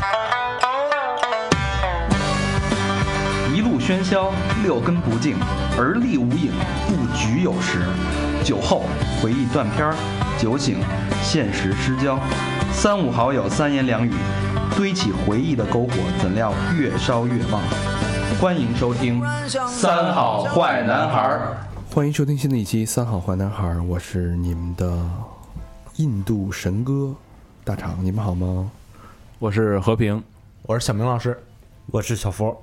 一路喧嚣，六根不净，而立无影，不局有时。酒后回忆断片儿，酒醒现实失焦。三五好友三言两语，堆起回忆的篝火，怎料越烧越旺。欢迎收听《三好坏男孩》。 欢迎收听新的一期《三好坏男孩》，我是你们的印度神哥大厂，你们好吗？ 我是和平， 我是小明老师， 我是小佛。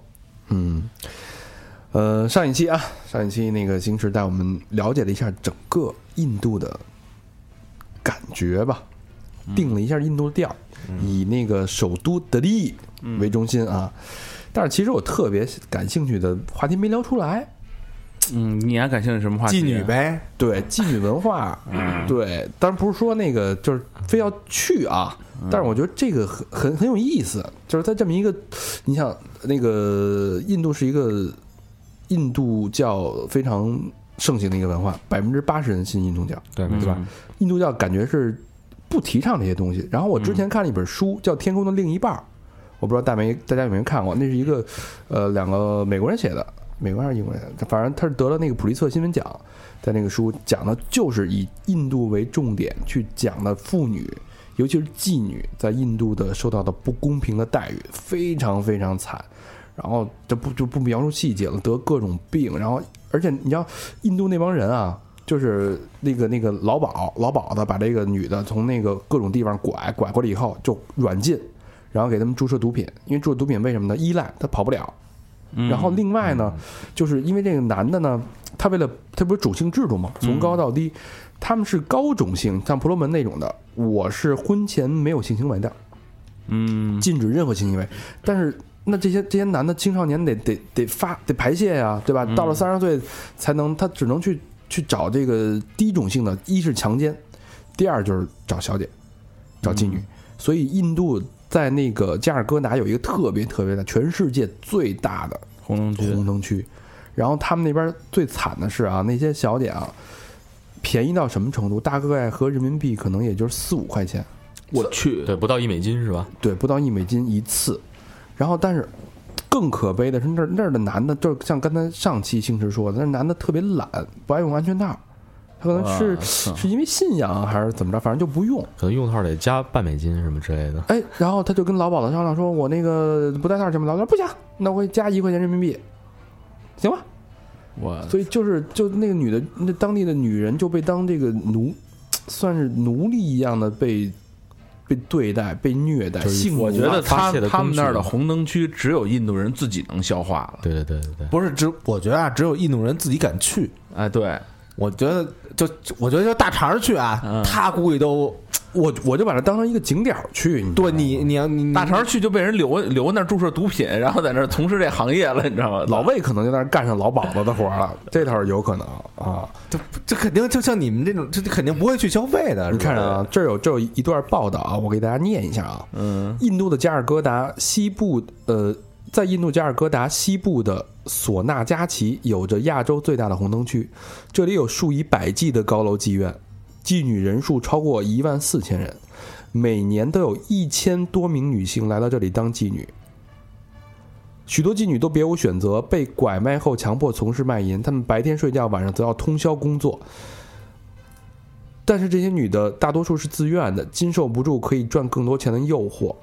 上一期那个星驰带我们了解了一下整个印度的感觉吧，定了一下印度的调，以那个首都德里为中心啊。但是其实我特别感兴趣的话题没聊出来。 你还感兴趣什么话题？ 妓女呗， 对，妓女文化，对，当然不是说那个就是非要去啊，但是我觉得这个很有意思，就是在这么一个，你想那个印度是一个印度教非常盛行的一个文化，80%人信印度教，对吧？印度教感觉是不提倡这些东西。然后我之前看了一本书叫《天空的另一半》，我不知道大家有没有看过，那是一个两个美国人写的。美国还是英国人，反正他是得了那个普利策新闻奖，在那个书讲的就是以印度为重点去讲的妇女，尤其是妓女在印度的受到的不公平的待遇，非常非常惨。然后就不描述细节了，得各种病，然后而且你知道印度那帮人啊，就是那个老鸨子把这个女的从那个各种地方拐过来以后就软禁，然后给他们注射毒品，因为注射毒品为什么呢？依赖，他跑不了。然后另外呢，就是因为这个男的呢，他不是种姓制度嘛，从高到低，他们是高种姓，像婆罗门那种的，我是婚前没有性行为的，禁止任何性行为。但是那这些男的青少年得排泄呀，对吧？到了30岁才能，他只能去找这个低种姓的，一是强奸，第二就是找小姐，找妓女。所以印度在那个加尔各答有一个特别大，全世界最大的红灯区。然后他们那边最惨的是啊，那些小姐啊，便宜到什么程度？大概合人民币可能也就是4-5块钱。 我去， 对，不到$1是吧？ 对，不到$1一次。然后，但是更可悲的是那儿的男的，就像刚才上期星驰说的，那男的特别懒，不爱用安全套。他可能是因为信仰还是怎么着，反正就不用， 可能用套得加半美金什么之类的。 哎，然后他就跟老鸨子商量说：“我那个不带套什么的。”老鸨说：“不行，那我加1块钱人民币，行吧？”所以就那个女的，那当地的女人就被当这个算是奴隶一样的被对待、被虐待。 我觉得他们那儿的红灯区只有印度人自己能消化了。 对， 不是我觉得啊，只有印度人自己敢去。 哎，对。 我觉得就大肠去啊，他估计都， 我就把它当成一个景点去。 对你大肠去就被人留那注射毒品，然后在那从事这行业了，你知道吗？ 老魏可能就在那干上老鸨子的活了，这倒是有可能啊。 这肯定就像你们这种，这肯定不会去消费的。 你看啊，这有一段报道啊，我给大家念一下啊。印度的加尔各答西部在印度加尔各答西部的索纳加奇有着亚洲最大的红灯区，这里有数以百计的高楼妓院，妓女人数超过14000人，每年都有1000多名女性来到这里当妓女。许多妓女都别无选择，被拐卖后强迫从事卖淫，她们白天睡觉，晚上则要通宵工作。但是这些女的大多数是自愿的，经受不住可以赚更多钱的诱惑。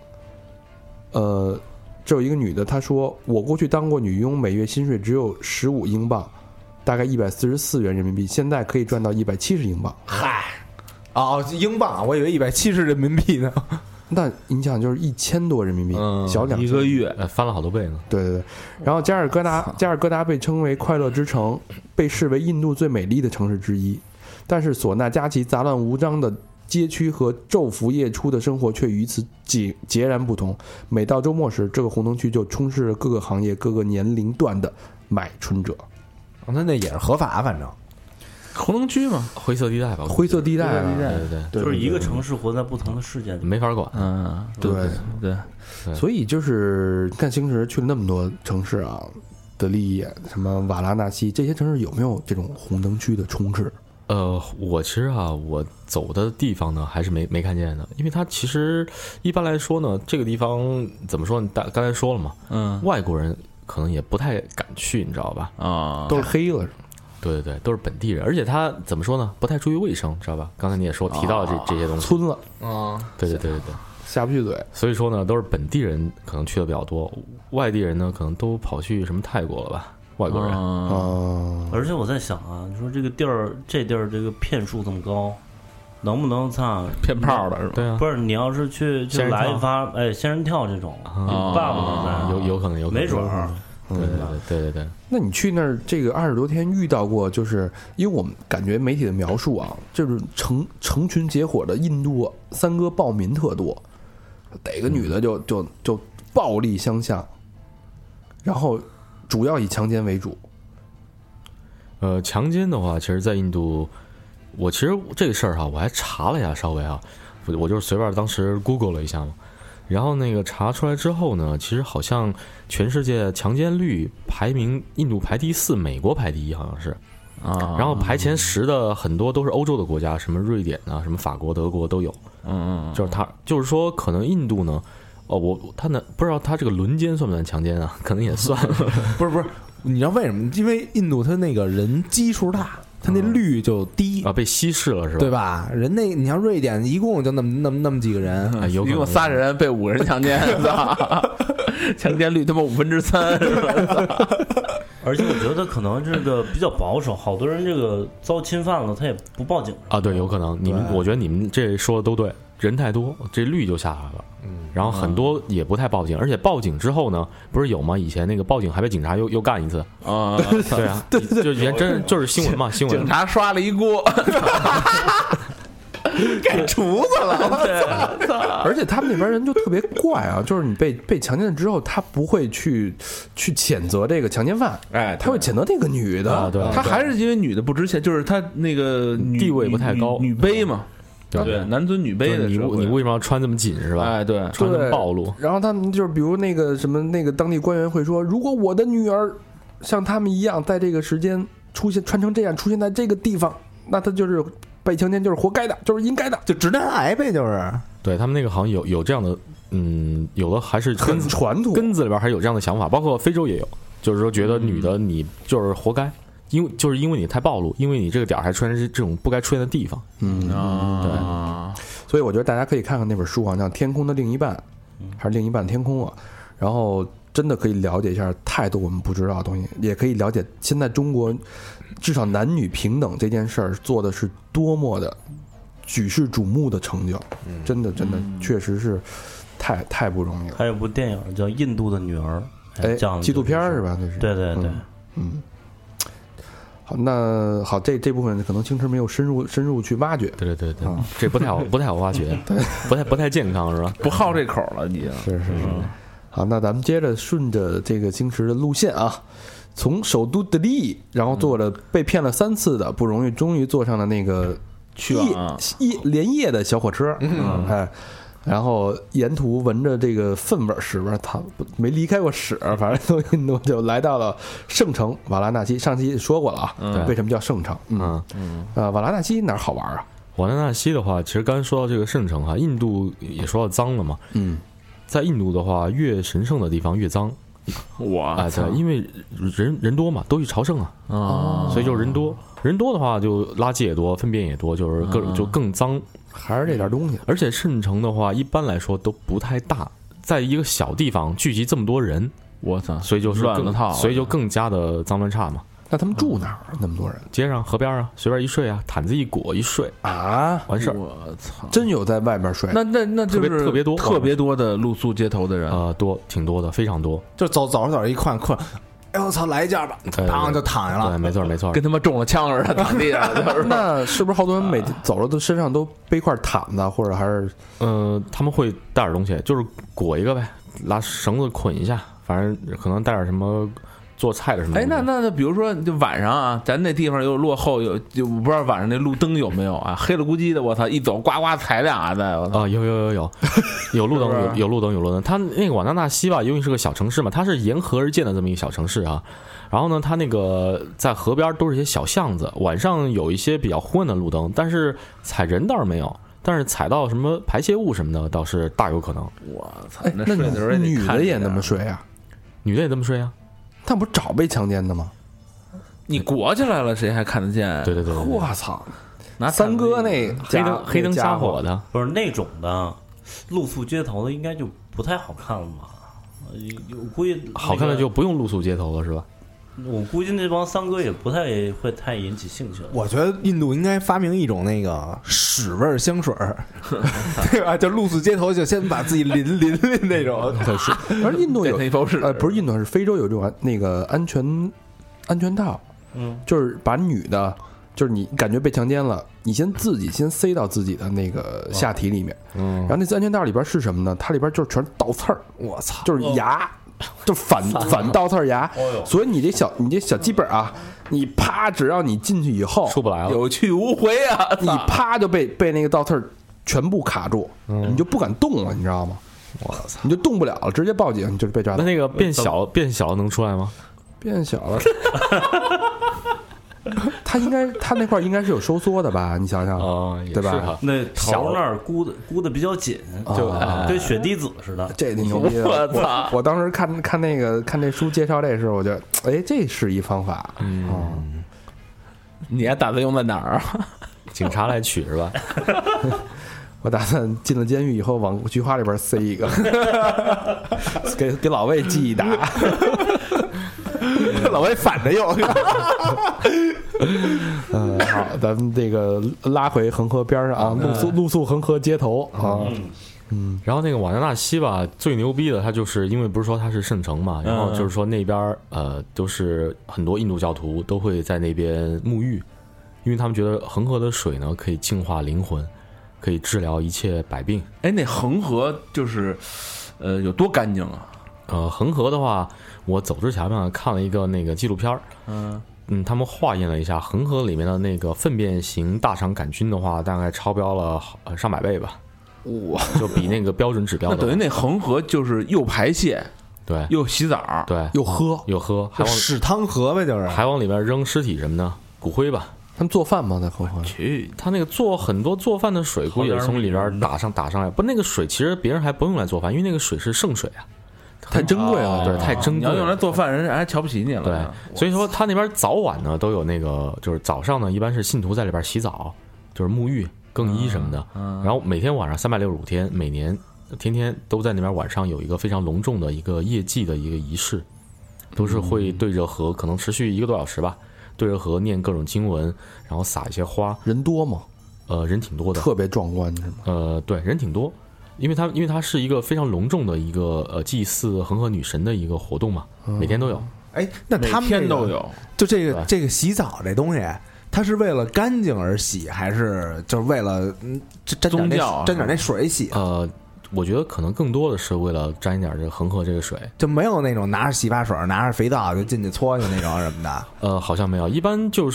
这有一个女的，她说：“我过去当过女佣，每月薪水只有15英镑，大概144元人民币，现在可以赚到170英镑。” 嗨，英镑，我以为170人民币呢。 那你想，就是1000多人民币，小2 一个月， 翻了好多倍呢。 对。然后加尔各答被称为快乐之城，被视为印度最美丽的城市之一。但是索纳加奇杂乱无章的街区和昼伏夜出的生活却与此截然不同。每到周末时，这个红灯区就充斥着各个行业、各个年龄段的买春者。 那也是合法，反正红灯区嘛， 灰色地带吧， 灰色地带啊， 对， 就是一个城市活在不同的世界里， 没法管。 对。所以就是看星驰去了那么多城市啊，德里、什么瓦拉纳西这些城市有没有这种红灯区的充斥？ 我其实我走的地方呢还是没看见的，因为它其实一般来说呢，这个地方怎么说呢？刚才说了嘛，外国人可能也不太敢去，你知道吧？ 啊，都是黑了，是吧？ 对，都是本地人，而且他怎么说呢？不太注意卫生，知道吧？刚才你也提到了这些东西， 村了啊， 对， 下不去嘴。 所以说呢，都是本地人可能去的比较多，外地人呢可能都跑去什么泰国了吧？外国人而且我在想啊，你说这地儿这个骗数这么高，能不能骗炮的是吧？ 对啊， 不是你要是去来一发仙人跳这种，爸不能在， 有可能， 没准儿。 对。 那你去那儿这个20多天遇到过，就是因为我们感觉媒体的描述啊，就是成群结伙的印度三哥暴民特多，逮个女的就暴力相向，然后主要以强奸为主。 强奸的话，其实，在印度，我其实这个事儿我还查了一下，稍微我就是随便当时 Google 了一下嘛。然后那个查出来之后呢，其实好像全世界强奸率排名，印度排第4，美国排第1，好像是啊。然后排前10的很多都是欧洲的国家，什么瑞典啊，什么法国、德国都有。就是说，可能印度呢，他呢不知道他这个轮奸算不算强奸啊？可能也算。 不是，你知道为什么？因为印度它那个人基数大。他那率就低被稀释了是吧？ 对吧？人那你像瑞典一共就那么几个人， 一共3人被5人强奸，强奸率他妈3%是吧？ 而且我觉得可能这个比较保守，好多人这个遭侵犯了，他也不报警啊。对，有可能。我觉得你们这说的都对，人太多，这率就下来了。然后很多也不太报警，而且报警之后呢，不是有吗？以前那个报警还被警察又干一次啊！对啊，就以前真就是新闻嘛，新闻警察刷了一锅， 改厨子了。 而且他们那边人就特别怪啊，就是你被强奸了之后，他不会去谴责这个强奸犯，他会谴责那个女的。 对， 他还是因为女的不值钱，就是他那个地位不太高， 女卑嘛。对，男尊女卑的时候， 你为什么要穿这么紧是吧？ 对， 穿这么暴露。 然后他们就是比如那个什么那个当地官员会说，如果我的女儿像他们一样在这个时间穿成这样出现在这个地方，那他就是被强奸，就是活该的，就是应该的， 就直男癌呗，就是。 对他们那个好像有这样的，有的还是很传统， 根子里边还是有这样的想法，包括非洲也有，就是说觉得女的你就是活该。因为你太暴露，因为你这个点还出现这种不该出现的地方。 对，所以我觉得大家可以看看那本书啊，叫《天空的另一半》，还是另一半天空啊。然后真的可以了解一下太多我们不知道的东西，也可以了解现在中国至少男女平等这件事儿做的是多么的举世瞩目的成就。真的确实是太不容易了。 还有部电影叫《印度的女儿》，讲纪录片是吧？那是对， 好，那好，这部分可能青春没有深入去挖掘。 对，这不太好挖掘，不太健康是吧？ 不好这口了，已经是。好，那咱们接着顺着这个京池的路线啊，从首都德里，然后坐着被骗了3次的不容易，终于坐上了那个连夜的小火车，然后沿途闻着这个粪味屎味，他没离开过屎，反正从印度就来到了圣城瓦拉纳西。上期说过了啊，为什么叫圣城？瓦拉纳西哪儿好玩啊？ 瓦拉纳西的话，其实刚才说到这个圣城印度也说到脏了嘛。在印度的话，越神圣的地方越脏。对，因为人多嘛，都去朝圣啊，所以就是人多。人多的话，就垃圾也多，粪便也多，就是就更脏。 还是这点东西， 而且圣城的话，一般来说都不太大，在一个小地方聚集这么多人， 我操， 所以就是乱了套， 所以就更加的脏乱差嘛。 那他们住哪儿？那么多人， 街上、河边啊，随便一睡啊，毯子一裹一睡啊， 完事儿。 我操， 真有在外面睡？ 那就是特别多的露宿街头的人挺多的，非常多。 就走着一看，哎我操，来一件吧，砰就躺下了。 对，没错， 跟他妈中了枪似的躺地上。 那是不是好多人每天走着都身上都背块毯子，或者还是他们会带点东西，就是裹一个呗，拉绳子捆一下，反正可能带点什么做菜的什么东西。 那比如说，就晚上啊，咱那地方又落后，就不知道晚上那路灯有没有啊？黑了咕叽的，我操，一走呱呱踩俩的，我操！ 有路灯，有路灯。它那个瓦纳纳西吧，因为是个小城市嘛，它是沿河而建的这么一个小城市啊。然后呢，它那个在河边都是一些小巷子，晚上有一些比较昏暗的路灯，但是踩人倒是没有。但是踩到什么排泄物什么的，倒是大有可能。 我操！ 那睡的时候女的也那么睡啊？ 女的也这么睡啊？ 他不是找被强奸的吗？ 你裹起来了，谁还看得见？ 对。 我操！ 拿三哥那黑灯瞎火的， 不是那种的，露宿街头的应该就不太好看了吧？我估计好看的就不用露宿街头了，是吧？ 我估计那帮三哥也不太会太引起兴趣了。 我觉得印度应该发明一种那个屎味香水对吧？就露宿街头，就先把自己淋那种。 是，而印度有那包是不是印度，是非洲有这种那个安全套，就是把女的，就是你感觉被强奸了，你先自己先塞到自己的那个下体里面，然后那次安全套里边是什么呢？它里边就是全是倒刺儿，我操，就是牙。就反倒刺牙，所以你这小鸡本啊，你啪，只要你进去以后出不来了， 有去无回啊！ 你啪就被那个倒刺全部卡住，你就不敢动了，你知道吗？我操，你就动不了了，直接报警，你就是被抓到。 那个变小能出来吗？ 变小了。他那块应该是有收缩的吧？你想想，对吧？ 那头那儿箍的比较紧，就跟雪滴子似的。 这挺牛逼的！ 我操！ 我当时看那书介绍这时候，我觉得，哎，这是一方法。 你还打算用在哪儿啊？ 警察来取是吧？ 我打算进了监狱以后往菊花里边塞一个，给老魏记一打。 老魏反着用。 好，咱们这个拉回恒河边上啊，露宿恒河街头啊。 然后那个瓦纳纳西吧，最牛逼的，它就是因为不是说它是圣城嘛，然后就是说那边都是很多印度教徒都会在那边沐浴，因为他们觉得恒河的水呢可以净化灵魂，可以治疗一切百病。 哎，那恒河就是有多干净啊？ 恒河的话，我走之前呢看了一个那个纪录片儿，他们化验了一下恒河里面的那个粪便型大肠杆菌的话，大概超标了上百倍吧。哇，就比那个标准指标的。 那等于那恒河就是又排泄， 对， 又洗澡， 对， 又喝， 还往屎汤河呗，就是还往里边扔尸体什么的，骨灰吧。 他们做饭吗？在恒河？ 他那个很多做饭的水，估计也是从里边打上来。不，那个水其实别人还不用来做饭，因为那个水是圣水啊。 太珍贵了， 对，太珍贵了。 你要用来做饭，人还瞧不起你了。 对，所以说他那边早晚呢都有那个，就是早上呢一般是信徒在里边洗澡，就是沐浴、更衣什么的。然后每天晚上365天，每年天天都在那边晚上有一个非常隆重的一个夜祭的一个仪式，都是会对着河，可能持续1个多小时吧，对着河念各种经文，然后撒一些花。 人多吗？ 人挺多的， 特别壮观是吗？ 对，人挺多。因为它是一个非常隆重的一个祭祀恒河女神的一个活动嘛，每天都有。 哎，那他们每天都有， 就这个洗澡这东西，它是为了干净而洗，还是就是为了沾点那水洗？ 我觉得可能更多的是为了沾一点这个恒河这个水， 就没有那种拿着洗发水、拿着肥皂就进去搓去那种什么的。 好像没有，一般就是，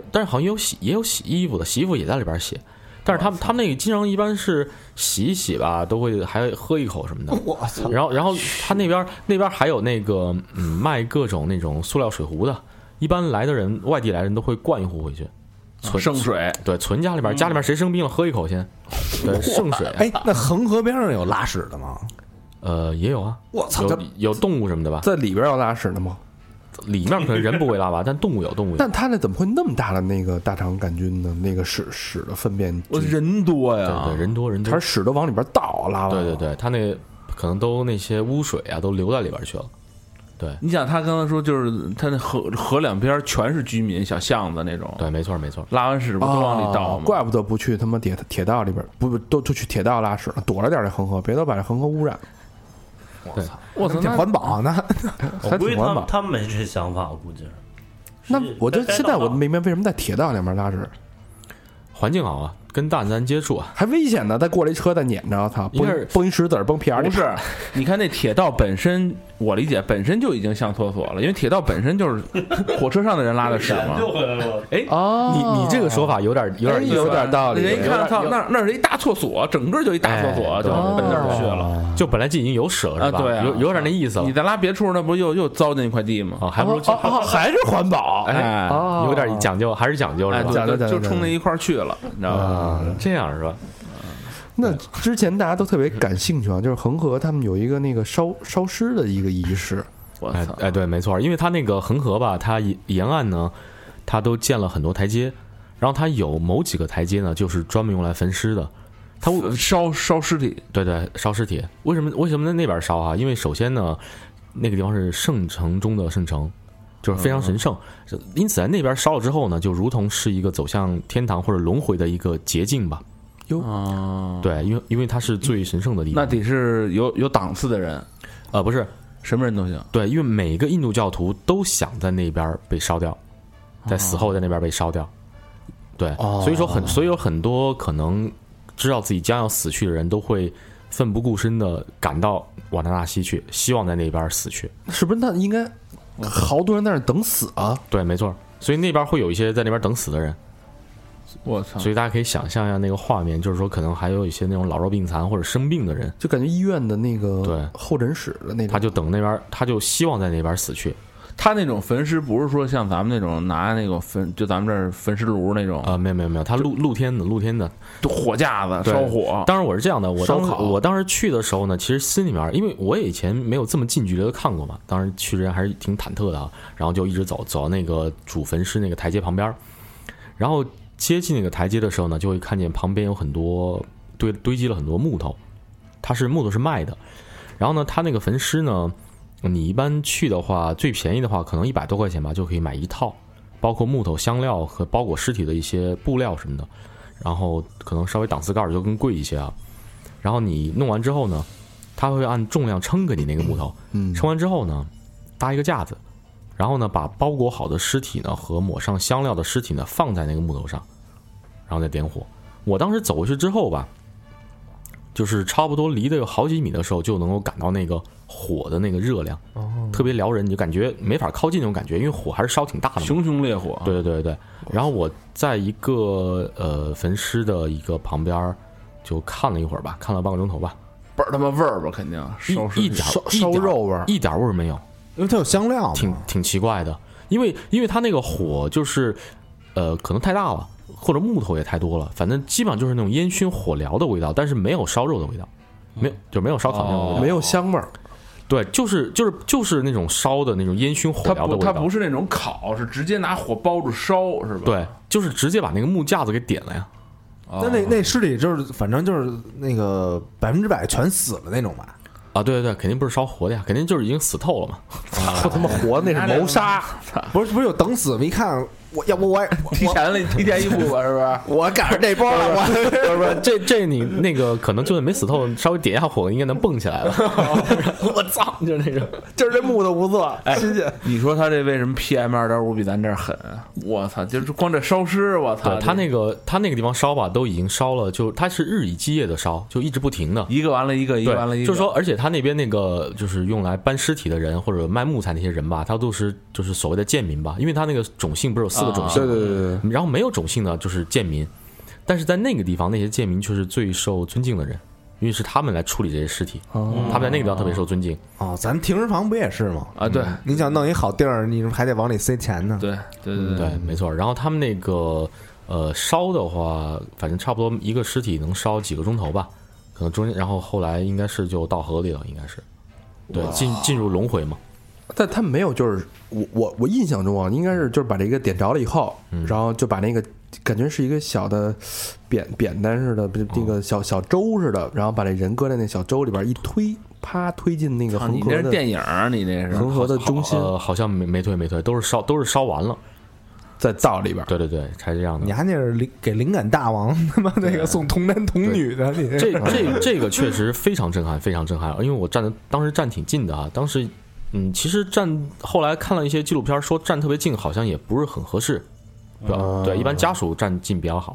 但是好像也有洗衣服的，洗衣服也在里边洗。但是他们那个经常一般是洗一洗吧，都会还喝一口什么的。 我操！ 然后他那边还有那个卖各种那种塑料水壶的，一般来的人外地来的人都会灌一壶回去， 圣水。 对，存家里边，家里边谁生病了喝一口先。对，圣水。 哎，那恒河边上有拉屎的吗？ 也有啊。 我操！ 有动物什么的吧？ 在里边有拉屎的吗？ 里面可能人不会拉吧，但动物有。 但他那怎么会那么大的那个大肠杆菌呢？那个屎的粪便， 人多呀， 对，人多， 他屎都往里边倒拉了。 对，他那可能都那些污水啊都流在里边去了。对， 你想他刚才说就是他那河两边全是居民小巷子那种。 对，没错， 拉完屎不都往里倒吗？ 怪不得不去他妈铁道里边，不都去铁道拉屎了，躲着点这恒河，别都把这恒河污染。 对， 我操，挺环保呢， 还挺环保。 他们没这想法，我估计是。 那我就现在我明白为什么在铁道两边拉屎， 环境好啊， 跟大自然接触啊。 还危险呢，再过来一车再撵着，我操， 应该是崩一石子儿崩屁眼里。 不是，你看那铁道本身，我理解本身就已经像厕所了，因为铁道本身就是火车上的人拉的屎嘛。 就回来了。 哎， 哦， 你这个说法有点意思， 有点道理。 人一看，操，那是一大厕所，整个就一大厕所，就奔那儿去了。 就本来就已经有屎了是吧？ 对啊， 有点那意思了。 你再拉别处，那不又糟践一块地吗？ 啊，还不如还是环保， 哎， 有点讲究，还是讲究是吧？ 讲究就冲那一块去了，你知道吧？ 这样是吧？ 那之前大家都特别感兴趣啊，就是恒河他们有一个那个烧尸的一个仪式。 我操！ 哎，对，没错，因为它那个恒河吧，它沿岸呢，它都建了很多台阶，然后它有某几个台阶呢，就是专门用来焚尸的。它烧尸体， 对，烧尸体。为什么在那边烧啊？因为首先呢，那个地方是圣城中的圣城，就是非常神圣，因此在那边烧了之后呢，就如同是一个走向天堂或者轮回的一个捷径吧。 哦， 对，因为它是最神圣的地方。 那得是有档次的人， 不是什么人都行。 对，因为每个印度教徒都想在那边被烧掉，在死后在那边被烧掉。对，所以说所以有很多可能知道自己将要死去的人都会奋不顾身的赶到瓦纳纳西去，希望在那边死去。 是不是？那应该好多人在那等死啊？ 对，没错。所以那边会有一些在那边等死的人。 我操！ 所以大家可以想象一下那个画面，就是说可能还有一些那种老弱病残或者生病的人， 就感觉医院的那个对候诊室的那种， 他就等那边，他就希望在那边死去。 他那种焚尸不是说像咱们那种拿那种就咱们这儿焚尸炉那种没有，他露天的火架子烧火。 当然我是这样的， 烧烤。 我当时去的时候呢，其实心里面，因为我以前没有这么近距离的看过嘛，当时去之前还是挺忐忑的啊。然后就一直走到那个主焚尸那个台阶旁边，然后接近那个台阶的时候呢，就会看见旁边有很多堆积了很多木头，木头是卖的。然后呢，他那个焚尸呢，你一般去的话，最便宜的话可能100多块钱吧，就可以买一套，包括木头、香料和包裹尸体的一些布料什么的。然后可能稍微档次盖就更贵一些啊。然后你弄完之后呢，他会按重量称给你那个木头，称完之后呢，搭一个架子，然后呢把包裹好的尸体呢和抹上香料的尸体呢放在那个木头上，然后再点火。我当时走过去之后吧，就是差不多离得有好几米的时候，就能够感到那个火的那个热量，特别撩人，你就感觉没法靠近那种感觉，因为火还是烧挺大的， 熊熊烈火。 对。然后我在一个焚尸的一个旁边就看了一会儿吧，看了半个钟头吧， 倍儿他妈味儿吧，肯定烧肉味儿， 一点味儿没有， 因为它有香料， 挺奇怪的，因为它那个火就是可能太大了。或者木头也太多了，反正基本上就是那种烟熏火燎的味道，但是没有烧肉的味道，没有烧烤那种味道， 没有香味儿。 对，就是那种烧的那种烟熏火燎的味道。 它不是那种烤，是直接拿火包着烧，是吧？ 对，就是直接把那个木架子给点了呀。 那尸体就是反正就是那个100%全死了那种吧？ 啊，对，肯定不是烧活的呀，肯定就是已经死透了嘛。 他妈活的那是谋杀， 不是有等死吗？一看我提前一步吧，是不是？ 我赶上这波了， 不是这你那个可能就算没死透，稍微点一下火，应该能蹦起来了。我操，就是那种， 就是这木头不错，新鲜。 你说他这为什么 PM2.5比咱这儿狠？我操，就是光这烧尸，我操！ 他那个地方烧吧，都已经烧了，就他是日以继夜的烧，就一直不停的， 一个完了一个，一个完了一个。 就是说，而且他那边那个就是用来搬尸体的人或者卖木材那些人吧，他都是就是所谓的贱民吧，因为他那个种姓不是有4个种姓， 对。 然后没有种姓呢，就是贱民，但是在那个地方，那些贱民却是最受尊敬的人，因为是他们来处理这些尸体，他们在那个地方特别受尊敬。 咱停尸房不也是吗？ 啊，对， 你想弄一好地儿，你还得往里塞钱呢。 对， 没错。然后他们那个烧的话，反正差不多一个尸体能烧几个钟头吧，可能中间，然后后来应该是就到河里了，应该是，对，进入轮回嘛。 但他们没有，就是我印象中啊，应该是就是把这个点着了以后，然后就把那个感觉是一个小的扁担似的，那个小粥似的，然后把这人搁在那小粥里边一推，啪推进那个恒河的。 你那是电影，你那是恒河的中心， 好像没推，都是烧完了， 在灶里边。 对，才这样的。 你还那是给灵感大王他妈那个送童男童女的，你这个确实非常震撼，非常震撼，因为我当时站挺近的啊，当时。其实后来看了一些纪录片，说站特别近好像也不是很合适，对，一般家属站近比较好。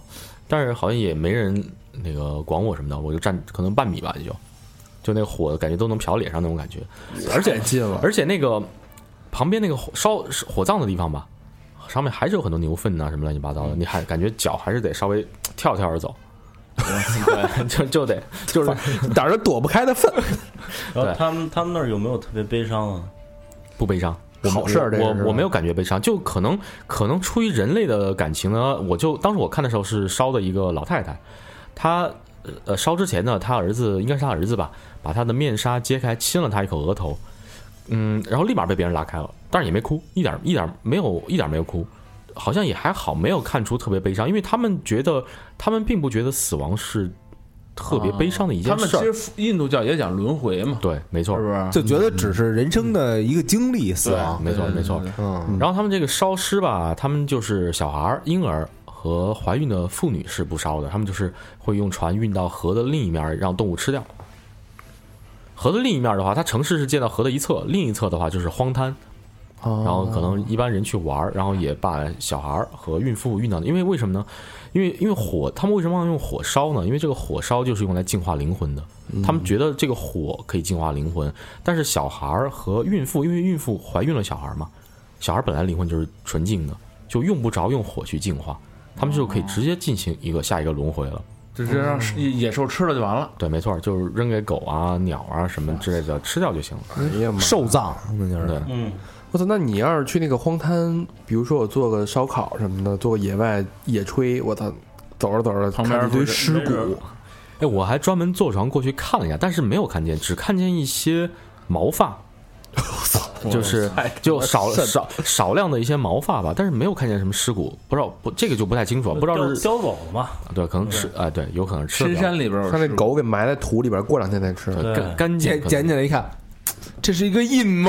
但是好像也没人那个管我什么的，我就站可能半米吧，就那个火感觉都能瞟脸上那种感觉， 太近了。 而且那个旁边那个火葬的地方吧，上面还是有很多牛粪呐、什么乱七八糟的，你还感觉脚还是得稍微跳着走。对，就得就是哪儿都躲不开的粪。 然后他们那儿有没有特别悲伤啊？ 不悲伤， 好事儿这个是吧我没有感觉悲伤，就可能出于人类的感情呢，当时我看的时候是烧的一个老太太，她烧之前呢，她儿子应该是她儿子吧，把她的面纱揭开亲了她一口额头，然后立马被别人拉开了，但是也没哭，一点没有哭。好像也还好，没有看出特别悲伤，因为他们并不觉得死亡是特别悲伤的一件事。 他们其实印度教也讲轮回嘛， 对，没错， 是不是？ 就觉得只是人生的一个经历，死亡。 没错没错。然后他们这个烧尸吧，他们就是小孩、婴儿和怀孕的妇女是不烧的，他们就是会用船运到河的另一面，让动物吃掉。河的另一面的话，它城市是建到河的一侧，另一侧的话就是荒滩。然后可能一般人去玩，然后也把小孩和孕妇运到，因为为什么呢？因为火，他们为什么要用火烧呢？因为这个火烧就是用来净化灵魂的，他们觉得这个火可以净化灵魂。但是小孩和孕妇，因为孕妇怀孕了小孩嘛，小孩本来灵魂就是纯净的，就用不着用火去净化，他们就可以直接进行下一个轮回了。 直接让野兽吃了就完了。 对，没错，就是扔给狗啊、鸟啊什么之类的吃掉就行了。 哎呀妈， 受葬那就是。 对， 我操！那你要是去那个荒滩，比如说我做个烧烤什么的，做个野外野炊，我操，走着走着旁边看一堆尸骨。 哎，我还专门坐船过去看了一下，但是没有看见，只看见一些毛发。就是少量的一些毛发吧，但是没有看见什么尸骨，不知道这个就不太清楚，不知道是叼走了嘛？ 对，可能吃对，有可能吃。 深山里边， 他那狗给埋在土里边，过2天再吃， 干净。 捡起来一看，这是一个阴谋。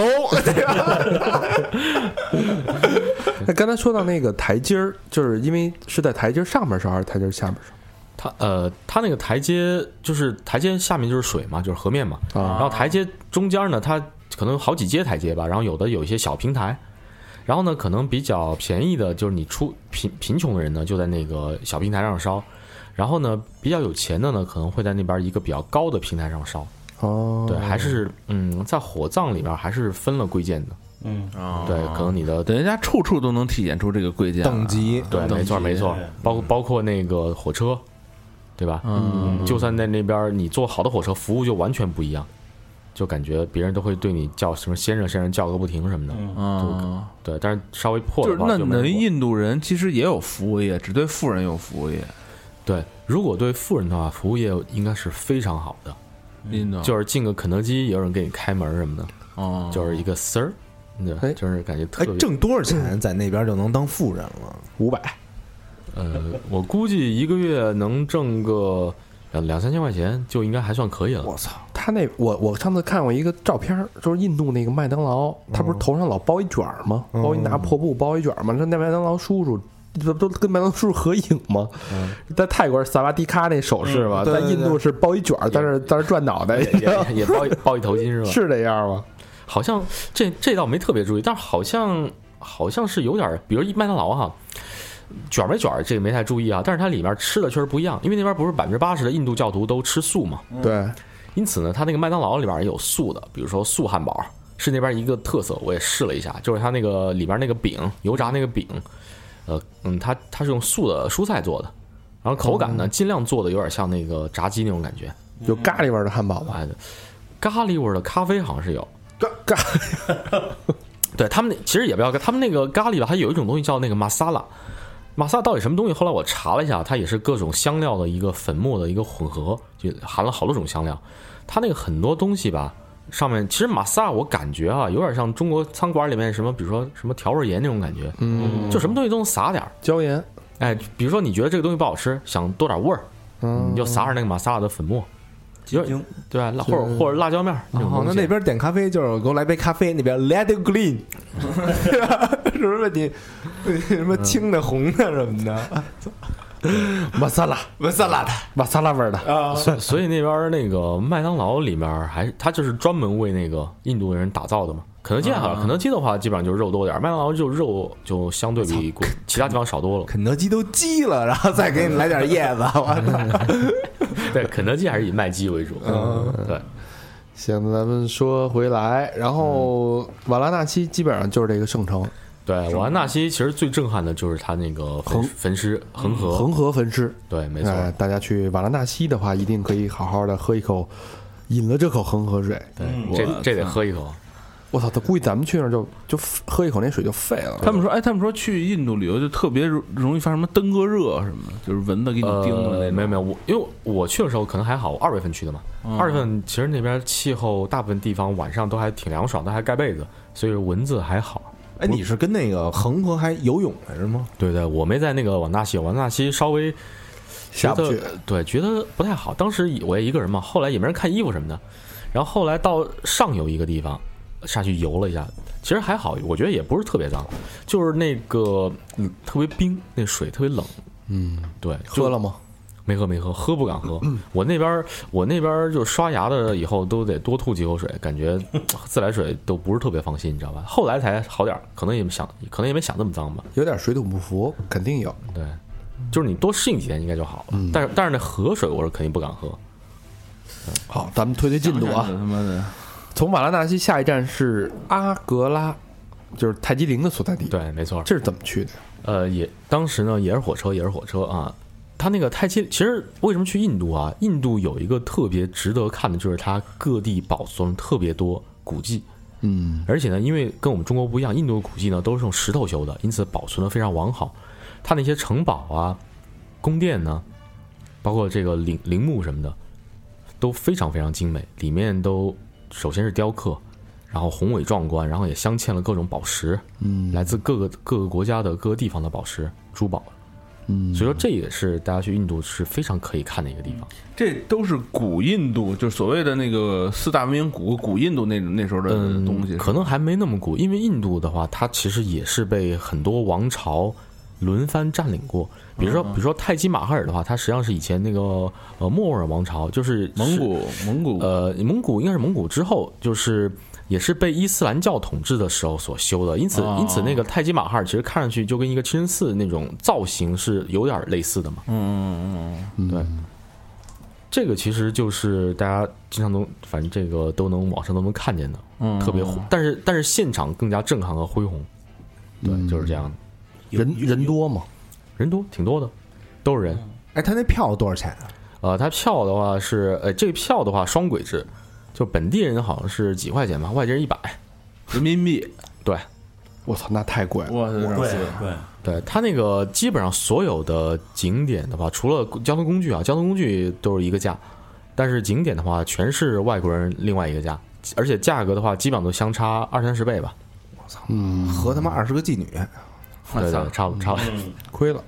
那刚才说到那个台阶儿，就是因为是在台阶上面烧还是台阶下面烧？ 它那个台阶就是台阶下面就是水嘛，就是河面嘛，然后台阶中间呢，它可能好几阶台阶吧，然后有一些小平台，然后呢，可能比较便宜的就是你贫穷的人呢，就在那个小平台上烧，然后呢，比较有钱的呢，可能会在那边一个比较高的平台上烧。 哦， 对，还是在火葬里面还是分了贵贱的。对，可能你的人家处处都能体现出这个贵贱等级。 对，没错，包括那个火车，对吧？就算在那边你坐好的火车，服务就完全不一样。就感觉别人都会对你叫什么先生叫个不停什么的，对，但是稍微破的话就是那印度人其实也有服务业，只对富人有服务业。 对，如果对富人的话，服务业应该是非常好的。就是进个肯德基，也有人给你开门什么的，就是一个Sir，就是感觉特别。 挣多少钱在那边就能当富人了 ？500。 我估计一个月能挣个2-3千块钱就应该还算可以了。 我操！他那我上次看过一个照片，就是印度那个麦当劳，他不是头上老包一卷吗？包一拿破布包一卷吗？那麦当劳叔叔都跟麦当劳叔叔合影吗？在泰国是萨瓦迪卡那手势嘛，在印度是包一卷，但是转脑袋也包一头巾是吧？ 是这样吗？ 好像这倒没特别注意，但是好像是有点，比如麦当劳哈。卷没卷这个没太注意啊，但是它里面吃的确实不一样，因为那边不是80%的印度教徒都吃素嘛， 对， 因此呢，它那个麦当劳里边也有素的，比如说素汉堡是那边一个特色，我也试了一下，就是它那个里边那个饼，油炸那个饼，它是用素的蔬菜做的，然后口感呢尽量做的有点像那个炸鸡那种感觉， 有咖喱味的汉堡吧？ 咖喱味的咖啡好像是有咖对他们其实也不要他们那个咖喱吧，它有一种东西叫那个玛莎拉到底什么东西？后来我查了一下，它也是各种香料的一个粉末的一个混合，就含了好多种香料。它那个很多东西吧，上面其实玛莎我感觉有点像中国餐馆里面什么，比如说什么调味盐那种感觉，就什么东西都能撒点椒盐。 比如说你觉得这个东西不好吃，想多点味儿，你就撒点那个玛莎的粉末。对吧？或者辣椒面。 那边点咖啡就是给我来杯咖啡，那边 Let it green， 是不是问题？什么青的、红的什么的， 玛莎拉味的啊。所以那边那个麦当劳里面它就是专门为那个印度人打造的嘛， 肯德基还好，肯德基的话基本上就是肉多点，麦当劳就肉就相对比其他地方少多了。 肯德基都鸡了，然后再给你来点叶子，我操！ 对，肯德基还是以卖鸡为主。对。 行，咱们说回来，然后瓦拉纳西基本上就是这个圣城。 对，瓦拉纳西其实最震撼的就是它那个焚尸恒河焚尸。 对，没错。 大家去瓦拉纳西的话，一定可以好好的喝一口，饮了这口恒河水。 对，这得喝一口。 我操！他估计咱们去那儿就喝一口那水就废了。 他们说去印度旅游就特别容易发什么登革热什么的，就是蚊子给你叮的那种。 没有，因为我去的时候可能还好，我2月份去的嘛。2月份其实那边气候大部分地方晚上都还挺凉爽，都还盖被子，所以蚊子还好。 哎，你是跟那个恒河还游泳来着吗？ 对，我没在那个瓦纳西稍微下不去， 对，觉得不太好。当时我也一个人嘛，后来也没人看衣服什么的，然后后来到上游一个地方下去游了一下，其实还好，我觉得也不是特别脏，就是那个特别冰，那水特别冷。对， 喝了吗？ 没喝，喝不敢喝。我那边就刷牙的，以后都得多吐几口水，感觉自来水都不是特别放心，你知道吧？后来才好点，可能也没想这么脏吧。 有点水土不服，肯定有。 对，就是你多适应几天应该就好了。但是那河水我是肯定不敢喝。 好，咱们推进度啊！ 他妈的， 从瓦拉纳西下一站是阿格拉，就是泰姬陵的所在地。 对，没错。 这是怎么去的？ 当时呢也是火车啊。它那个泰姬，其实为什么去印度啊？印度有一个特别值得看的，就是它各地保存特别多古迹。而且呢，因为跟我们中国不一样，印度的古迹呢都是用石头修的，因此保存的非常完好。它那些城堡啊、宫殿呢，包括这个陵墓什么的，都非常非常精美。里面都首先是雕刻，然后宏伟壮观，然后也镶嵌了各种宝石，来自各个国家的各个地方的宝石珠宝。所以说这也是大家去印度是非常可以看的一个地方。 这都是古印度，就是所谓的那个4大文明古印度那时候的东西。 可能还没那么古，因为印度的话，它其实也是被很多王朝轮番占领过。比如说泰姬玛哈尔的话，它实际上是以前那个莫尔王朝，就是蒙古应该是蒙古之后，就是也是被伊斯兰教统治的时候所修的，因此那个泰姬玛哈尔其实看上去就跟一个清真寺那种造型是有点类似的嘛。对，这个其实就是大家经常都，反正这个都能网上都能看见的，特别但是现场更加震撼和恢宏。对，就是这样的。 人多吗？ 人多，挺多的，都是人。 哎，他那票多少钱啊？ 他票的话是，这个票的话双轨制。就本地人好像是几块钱吧，外地人100 人民币。 对， 我操，那太贵了。 对，他那个基本上所有的景点的话，除了交通工具啊，交通工具都是一个价，但是景点的话全是外国人另外一个价，而且价格的话基本上都相差20-30倍吧。 我操，合他妈20个妓女。 对，差不多， 亏了。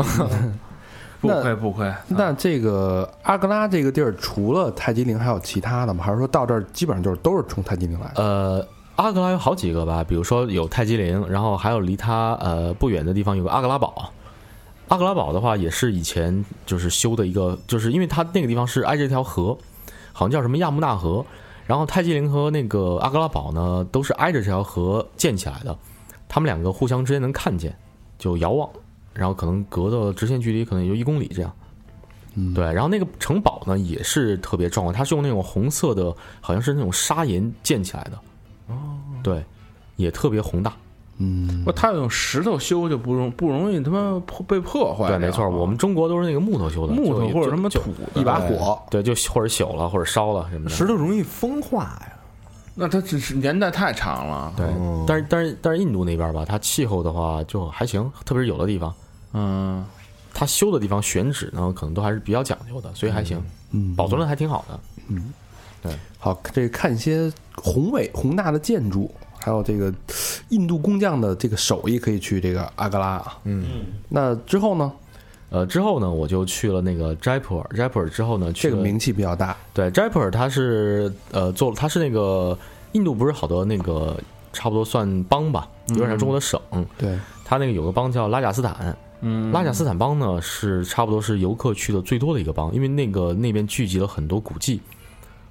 不亏。 那这个阿格拉这个地儿，除了泰姬陵，还有其他的吗？还是说到这儿基本上都是从泰姬陵来的？ 阿格拉有好几个吧，比如说有泰姬陵，然后还有离它不远的地方有个阿格拉堡。阿格拉堡的话也是以前就是修的一个，就是因为它那个地方是挨着一条河，好像叫什么亚穆纳河，然后泰姬陵和那个阿格拉堡呢都是挨着这条河建起来的，他们两个互相之间能看见，就遥望。然后可能隔的直线距离可能也就1公里这样，对。然后那个城堡呢也是特别壮观，它是用那种红色的，好像是那种砂岩建起来的，对，也特别宏大。 他用石头修就不容易他妈被破坏。 对，没错，我们中国都是那个木头修的， 木头或者什么土的， 一把火， 对，就或者朽了或者烧了什么的。 石头容易风化呀。 那它只是年代太长了。 对，但是印度那边吧，它气候的话就还行，特别是有的地方。它修的地方选址呢，可能都还是比较讲究的，所以还行，保存的还挺好的。对， 好，这个看一些宏大的建筑，还有这个印度工匠的这个手艺，可以去这个阿格拉啊。那之后呢？ 之后呢，我就去了那个斋普尔之后呢， 这个名气比较大。 对，斋普尔它是它是那个印度不是好多那个差不多算邦吧，有点像中国的省。 对， 它那个有个邦叫拉贾斯坦。拉贾斯坦邦呢是差不多是游客去的最多的一个邦，因为那边聚集了很多古迹，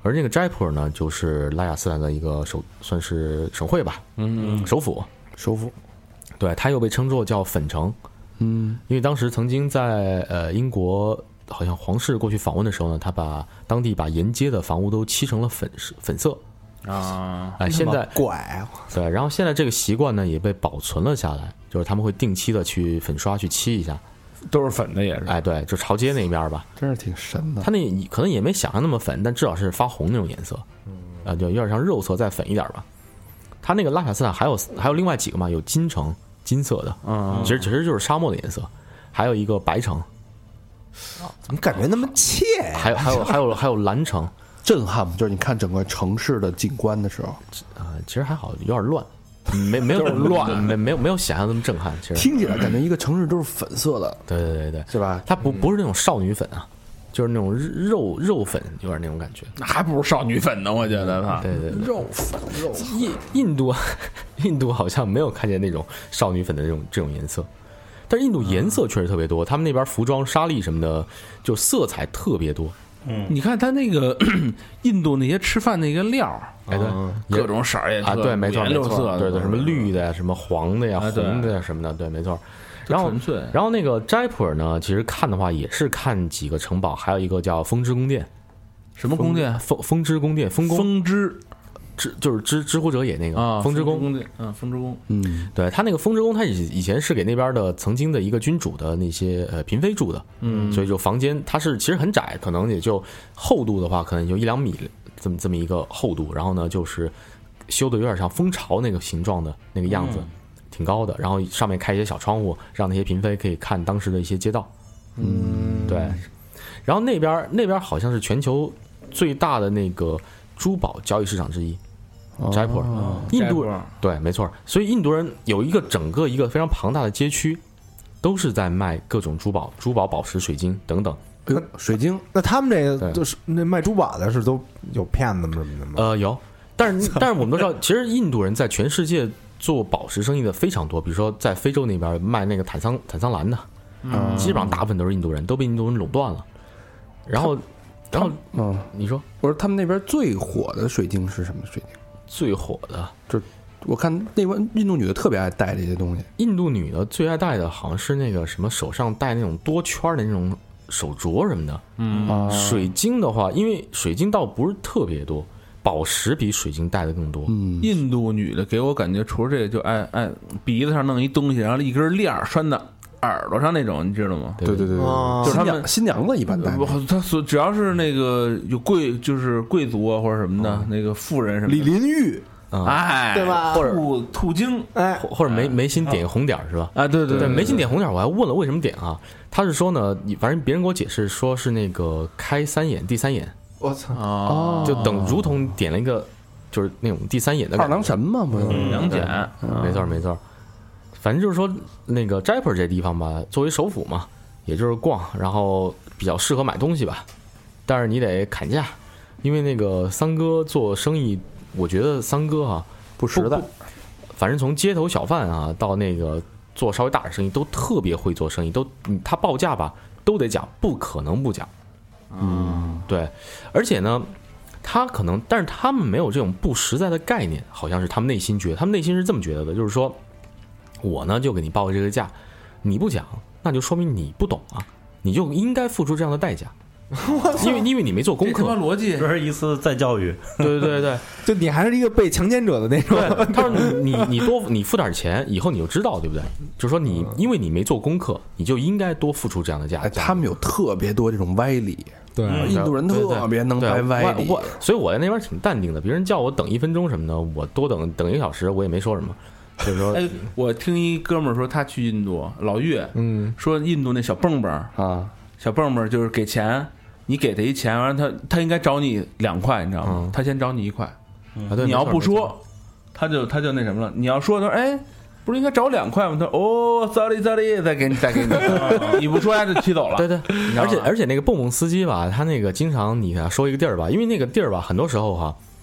而那个斋普尔呢，就是拉雅斯坦的一个算是省会吧，首府。对，它又被称作叫粉城，因为当时曾经在英国好像皇室过去访问的时候呢，他把当地把沿街的房屋都漆成了粉色啊， 现在怪对，然后现在这个习惯呢也被保存了下来，就是他们会定期的去粉刷去漆一下， 都是粉的也是， 对，就朝街那边吧， 真是挺神的。 他那可能也没想象那么粉，但至少是发红那种颜色，就有点像肉色再粉一点吧。他那个拉贾斯坦还有另外几个嘛，有金城金色的，其实就是沙漠的颜色，还有一个白城， 怎么感觉那么怯呀？ 还有蓝城， 震撼，就是你看整个城市的景观的时候， 其实还好，有点乱，没有乱，没有想象那么震撼。其实听起来感觉一个城市都是粉色的， 对， 是吧？ 它不是那种少女粉啊，就是那种肉粉，有点那种感觉。 那还不如少女粉呢，我觉得他。 对， 肉粉。 印度好像没有看见那种少女粉的这种颜色，但是印度颜色确实特别多，他们那边服装、纱丽什么的，就色彩特别多。 你看他那个印度那些吃饭那个料， 对， 各种色儿也对，没错，对，什么绿的呀，什么黄的呀，红的呀什么的，对，没错。然后那个斋普尔呢，其实看的话也是看几个城堡，还有一个叫风之宫殿。 什么宫殿？ 风之宫殿，风之就是知乎者也那个风之宫， 风之宫， 对，他那个风之宫，他以前是给那边的曾经的一个君主的那些嫔妃住的，所以就房间它是其实很窄，可能也就厚度的话，可能就1-2米这么一个厚度，然后呢就是修的有点像蜂巢那个形状的那个样子，挺高的，然后上面开一些小窗户，让那些嫔妃可以看当时的一些街道，对，然后那边好像是全球最大的那个珠宝交易市场之一。斋普尔，印度对，没错，所以印度人有整个一个非常庞大的街区，都是在卖各种珠宝、宝石、水晶等等。 水晶， 那他们这个就是那卖珠宝的是都有骗子什么的吗？ 有，但是我们都知道，其实印度人在全世界做宝石生意的非常多，比如说在非洲那边卖那个坦桑蓝的，基本上大部分都是印度人，都被印度人垄断了。然后，你说， 我说他们那边最火的水晶是什么水晶？ 最火的， 就我看那边印度女的特别爱戴这些东西。 印度女的最爱戴的好像是那个什么手上戴那种多圈的那种手镯什么的。水晶的话，因为水晶倒不是特别多，宝石比水晶戴的更多。 印度女的给我感觉，除了这个就爱鼻子上弄一东西，然后一根链拴在耳朵上那种，你知道吗？ 对， 就是他们新娘子一般戴。 他只要是那个有就是贵族啊或者什么的，那个富人什么的， 李林玉， 对吧？ 或者兔精， 或者眉心点红点是吧？ 对， 眉心点红点，我还问了为什么点啊？他是说呢，反正别人给我解释说是那个开三眼，第三眼， 我操， 就如同点了一个就是那种第三眼的二郎神嘛，不是杨戬， 没错。反正就是说，那个斋普尔这地方吧，作为首府嘛，也就是逛，然后比较适合买东西吧。但是你得砍价，因为那个桑哥做生意，我觉得桑哥不实在。 反正从街头小贩到那个做稍微大点生意，都特别会做生意，他报价吧都得讲，不可能不讲。对，而且呢，但是他们没有这种不实在的概念，好像是他们内心觉得，他们内心是这么觉得的，就是说。我呢就给你报这个价，你不讲，那就说明你不懂啊，你就应该付出这样的代价，因为你没做功课。 这逻辑， 这是一次再教育。 对， 就你还是一个被强奸者的那种。 他说你付点钱，以后你就知道，对不对？就是说因为你没做功课，你就应该多付出这样的价。 他们有特别多这种歪理， 对， 印度人特别能掰歪理， 所以我在那边挺淡定的。别人叫我等1分钟什么的，我多等1个小时，我也没说什么。就是说， 我听一哥们儿说他去印度，老岳，说印度那小蹦蹦小蹦蹦就是给钱，你给他一钱，完了他应该找你2块，你知道吗？他先找你1块，你要不说，他就那什么了。你要说，他说不是应该找2块吗？他说sorry， 再给你，你不说他就骑走了。 对，而且那个蹦蹦司机吧，他那个经常你说一个地儿吧，因为那个地儿吧，很多时候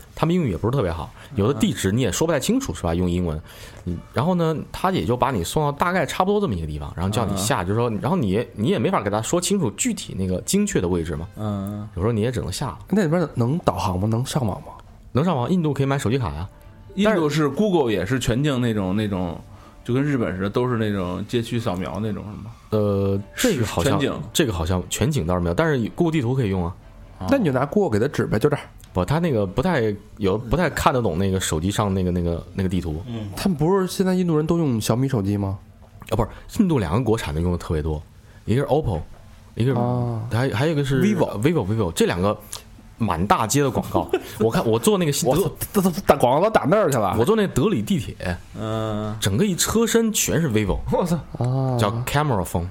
他们英语也不是特别好，有的地址你也说不太清楚是吧？用英文，然后呢，他也就把你送到大概差不多这么一个地方，然后叫你下，就是说，然后你也没法给他说清楚具体那个精确的位置嘛，有时候你也只能下了。 那里边能导航吗？能上网吗？ 能上网，印度可以买手机卡呀。 印度是 Google 也是全境那种，就跟日本似的，都是那种街区扫描那种是吗？ 这个好像全景倒是没有，但是 Google 地图可以用啊。 那你就拿 Google 给他指呗，就这儿。 不，他那个不太看得懂那个手机上那个地图。 他们不是现在印度人都用小米手机吗？ 不是，印度2个国产的用的特别多，一个是 OPPO， 一个还有一个是 vivo， 这2个。满大街的广告，我坐那个打广告都打那儿去了。 我坐那德里地铁，整个一车身全是 vivo， 我操， 叫 camera phone，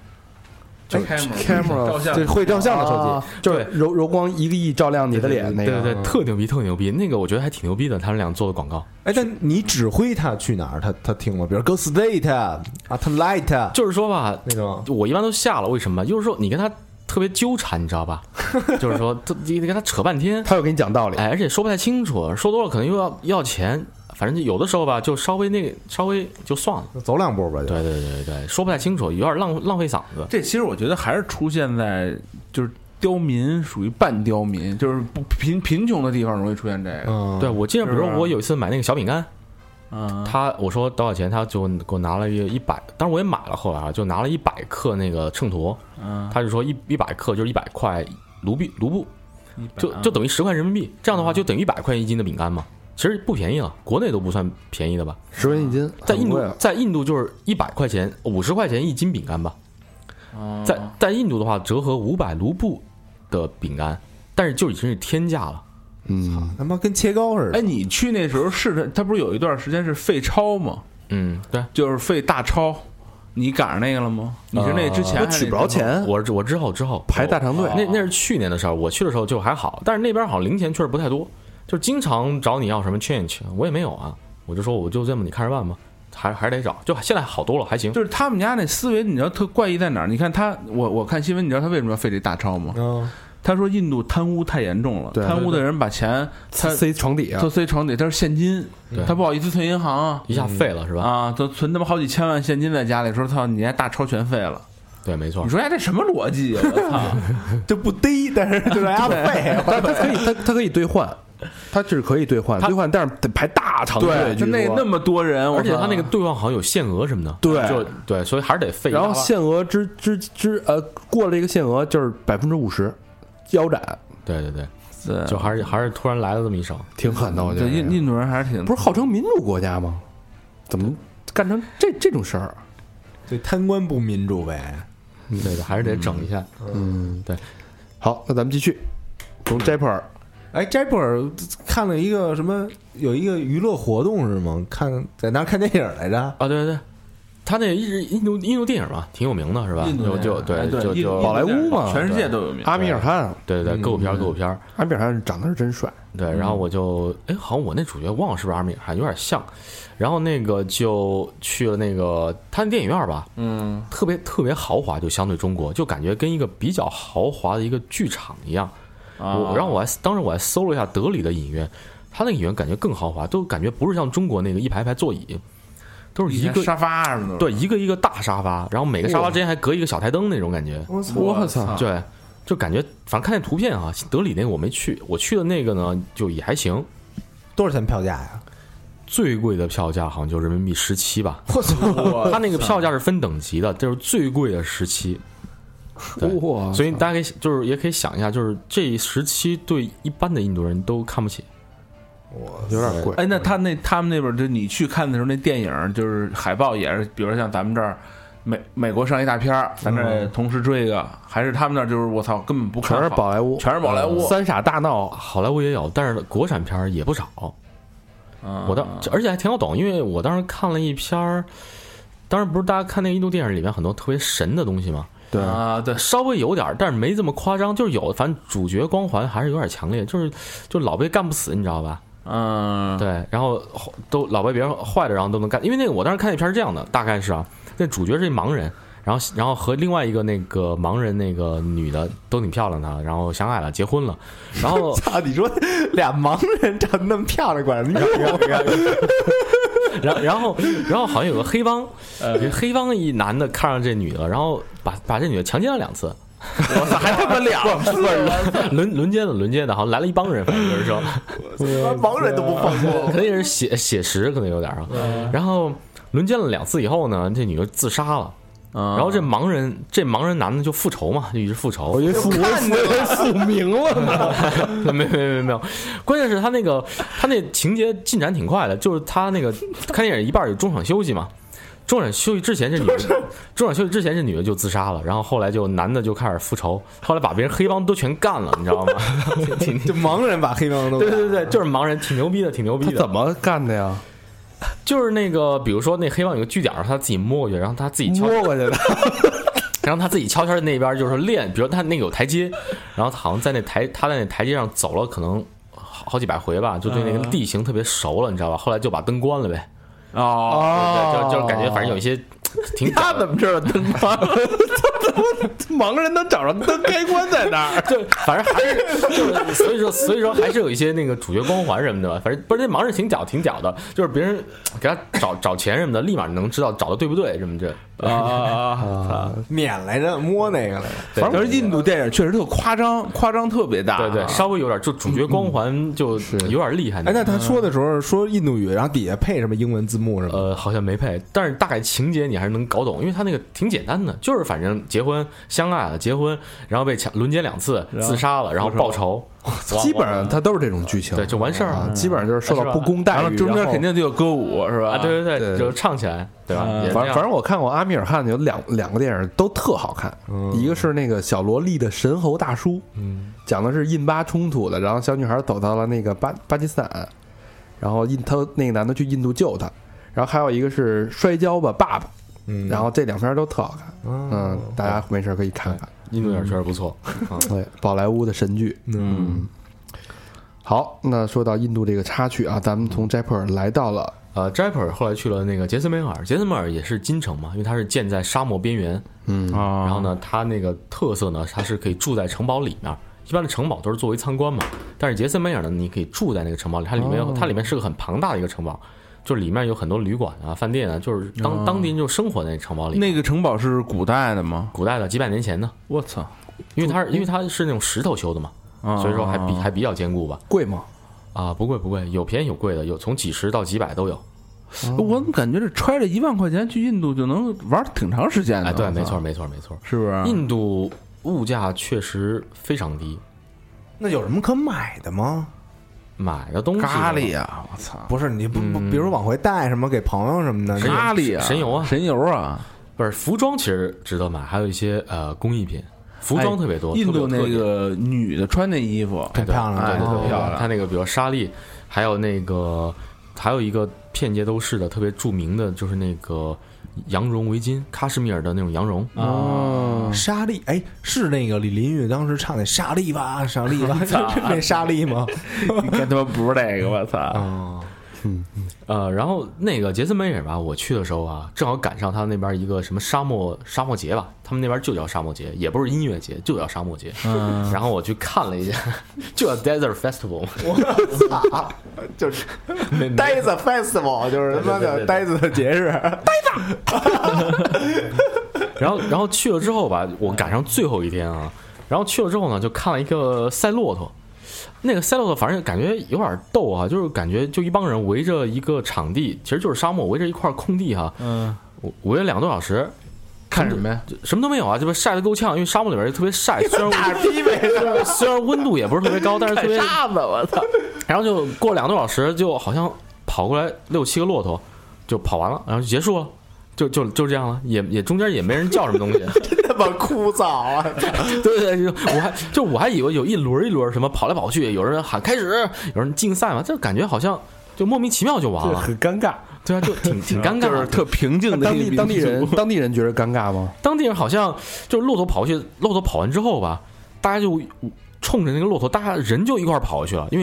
camera 这会照相的手机， 就是柔光1个亿照亮你的脸，那个对，特牛逼，特牛逼。那个我觉得还挺牛逼的，他们俩做的广告。 哎，但你指挥他去哪儿，他听吗？比如 go straight 啊 turn light， 就是说吧， 那种我一般都下了，为什么？就是说你跟他特别纠缠，你知道吧？就是说，你跟他扯半天， 他又给你讲道理， 而且说不太清楚，说多了可能又要钱，反正有的时候吧，就稍微就算了， 走2步吧。 对，说不太清楚，有点浪费嗓子。 这其实我觉得还是出现在就是刁民，属于半刁民，就是贫穷的地方容易出现这个。 对，我记得，比如说我有一次买那个小饼干。我说多少钱，他就给我拿了一个100，当然我也买了，后来就拿了100克那个秤砣，他就说100克就是100块卢布，就等于10块人民币，这样的话就等于100块1斤的饼干嘛，其实不便宜了，国内都不算便宜的吧 ，10块1斤， 在印度就是100块钱50块钱1斤饼干吧，在印度的话折合500卢布的饼干，但是就已经是天价了。 他妈跟切糕似的。 哎，你去那时候他不是有一段时间是废钞吗？ 对， 就是废大钞。你赶上那个了吗？你是那之前我取不着钱， 我之后排大长队。 那是去年的事儿，我去的时候就还好，但是那边好像零钱确实不太多，就是经常找你要什么 change， 我也没有啊，我就说我就这么你看着办吧。还是得找，就现在好多了，还行。 就是他们家那思维，你知道特怪异在哪儿？你看我看新闻，你知道他为什么要废这大钞吗？他说印度贪污太严重了，贪污的人把钱塞床底下， 都塞床底，他是现金，他不好意思存银行啊， 一下废了是吧？ 啊，都存他妈好几千万现金在家里，说操，你家大钞全废了。 对，没错。 你说呀，这什么逻辑啊？我操， 这不低，但是就让人家废。 他可以兑换，他只可以兑换，但是得排大长队。 对，那么多人， 而且他那个兑换好像有限额什么的。对，所以还是得废。 然后限额过了这个限额就是50%腰斩。 对，就还是突然来了这么一手， 挺狠的。我觉得印度人还是挺不是号称民主国家吗？怎么干成这种事儿？ 对，贪官不民主呗。 对的，还是得整一下。对。 好，那咱们继续从斋普尔。 哎，斋普尔看了一个什么？有一个娱乐活动是吗？在那看电影来着？ 啊，对，他那印度电影嘛，挺有名的是吧？就宝莱坞嘛， 全世界都有名。 阿米尔汗， 对，歌舞片。 阿米尔汗长得是真帅。 对，然后我就好像我那主角忘了是不是阿米尔汗，有点像。然后那个就去了那个他那电影院吧，特别豪华，就相对中国，就感觉跟一个比较豪华的一个剧场一样。然后当时我还搜了一下德里的影院，他那个影院感觉更豪华，都感觉不是像中国那个一排排座椅，都是一个沙发什么的， 对，一个大沙发，然后每个沙发之间还隔一个小台灯那种感觉。 我操！ 对，就感觉反正看那图片啊，德里那个我没去，我去的那个呢就也还行。 多少钱票价呀？ 最贵的票价好像就人民币17吧。 我操！ 他那个票价是分等级的，就是最贵的17。哇！所以大家可以就是也可以想一下，就是这17对一般的印度人都看不起。 有点贵。 哎，那他们那边就你去看的时候，那电影就是海报也是，比如说像咱们这儿美国上一大片儿，咱这同时追一个，还是他们那儿就是我操根本不看， 全是宝莱坞，三傻大闹， 好莱坞也有，但是国产片也不少。而且还挺好懂，因为我当时看了一片儿，当然不是大家看那个印度电影里面很多特别神的东西嘛。 对啊， 对，稍微有点，但是没这么夸张，就是有，反正主角光环还是有点强烈，就老被干不死，你知道吧？对，然后都老被别人坏的，然后都能干。因为那个我当时看那片是这样的，大概是那主角是一盲人，然然后和另外一个那个盲人那个女的都挺漂亮的，然后相爱了，结婚了，然后操，你说俩盲人长得那么漂亮，管什么然后好像有个黑帮，黑帮一男的看上这女的，然后把这女的强奸了2次。 我操，还他妈2次轮奸的，好像来了一帮人，反正就是说， 盲人都不放过， 可能也是写实，可能有点啊。然后轮奸了2次以后呢，这女的自杀了。然后这盲人男的就复仇嘛，就一直复仇。 我以为复明了呢。 没有，关键是他那情节进展挺快的，就是他那个看电影一半有中场休息嘛。中场休息之前，这女的就自杀了，然后后来就男的就开始复仇，后来把别人黑帮都全干了，你知道吗？ 就盲人把黑帮都对，就是盲人，挺牛逼的。 他怎么干的呀？ 就是那个，比如说那黑帮有个据点，他自己摸过去，然后他自己摸过去的， 然后他自己悄悄的那边就是练，比如他那个有台阶，然后好像他在那台阶上走了可能好几百回吧，就对那个地形特别熟了，你知道吧？后来就把灯关了呗。对，就感觉反正有一些挺。 他怎么知道灯关了？ 盲人能找着灯开关在哪儿？ 就反正还是就是所以说还是有一些那个主角光环什么的吧。反正不是那盲人挺屌的，就是别人给他找钱什么的，立马能知道找的对不对什么这。 免来着，摸那个来着。 反正印度电影确实特夸张特别大。 对，稍微有点就主角光环就是有点厉害。 哎，那他说的时候说印度语，然后底下配什么英文字幕什么？ 好像没配，但是大概情节你还是能搞懂，因为他那个挺简单的，就是反正结婚相爱了，结婚，然后被轮奸2次，自杀了，然后报仇。 基本上他都是这种剧情， 对，就完事儿了。 基本上就是受到不公待遇， 中间肯定就有歌舞是吧？ 对，就唱起来，对吧？ 反正我看过阿米尔汗有两个电影都特好看，一个是那个小萝莉的神猴大叔，讲的是印巴冲突的，然后小女孩走到了那个巴基斯坦，然后他那个男的去印度救她，然后还有一个是摔跤吧爸爸，然后这2片都特好看，大家没事可以看看。 印度电影确实不错， 对，宝莱坞的神剧。好，那说到印度这个插曲啊，咱们从斋普尔来到了斋普尔，后来去了那个杰森梅尔。杰森梅尔也是金城嘛，因为它是建在沙漠边缘，然后呢，它那个特色呢，它是可以住在城堡里面。一般的城堡都是作为参观嘛，但是杰森梅尔呢，你可以住在那个城堡里，它里面是个很庞大的一个城堡。就是里面有很多旅馆啊、饭店啊，就是当地人就生活在那城堡里。 那个城堡是古代的吗？ 古代的，几百年前的。 我操！ 因为它是那种石头修的嘛，所以说还比较坚固吧。 贵吗？ 不贵，有便宜有贵的，有从几十到几百都有。 我感觉这揣着1万块钱去印度就能玩挺长时间的。 哎，对，没错， 是不是？ 印度物价确实非常低。 那有什么可买的吗？ 买的东西咖喱啊！我操！ 不是你不，比如往回带什么给朋友什么的， 咖喱啊，神油啊， 不是服装其实值得买，还有一些工艺品，服装特别多。 印度那个女的穿那衣服很漂亮， 对，漂亮。她那个比如纱丽，还有一个片街都市的特别著名的就是那个羊绒围巾，喀什米尔的那种羊绒沙粒，哎，是那个李林玉当时唱的沙粒吧，沙粒吧，那沙粒吗？ 你看他妈不是那个，我操！ 然后那个杰森梅尔吧，我去的时候啊，正好赶上他那边一个什么沙漠节吧，他们那边就叫沙漠节，也不是音乐节，就叫沙漠节。然后我去看了一下，就叫 Desert Festival。 我操，就是呆子 Festival， 就是他妈的呆子的节日，呆子。 然后去了之后吧，我赶上最后一天啊，然后去了之后呢，就看了一个赛骆驼。那个赛骆驼反正感觉有点逗啊，就是感觉就一帮人围着一个场地，其实就是沙漠，围着一块空地哈，围了2个多小时， 看什么呀？ 什么都没有啊，就晒得够呛，因为沙漠里边特别晒，虽然温度也不是特别高，但是特别沙子，我操！ 然后就过了2个多小时，就好像跑过来6、7个骆驼，就跑完了，然后就结束了。就这样了，也中间也没人叫什么东西， 真他妈枯燥啊！ 对，我还以为有一轮什么跑来跑去，有人喊开始，有人竞赛嘛，这感觉好像就莫名其妙就完了， 很尴尬。 对啊，就挺尴尬， 就是特平静的。 当地人觉得尴尬吗？ 当地人好像就是骆驼跑完之后吧，大家就冲着那个骆驼，大家人就一块跑过去了，因为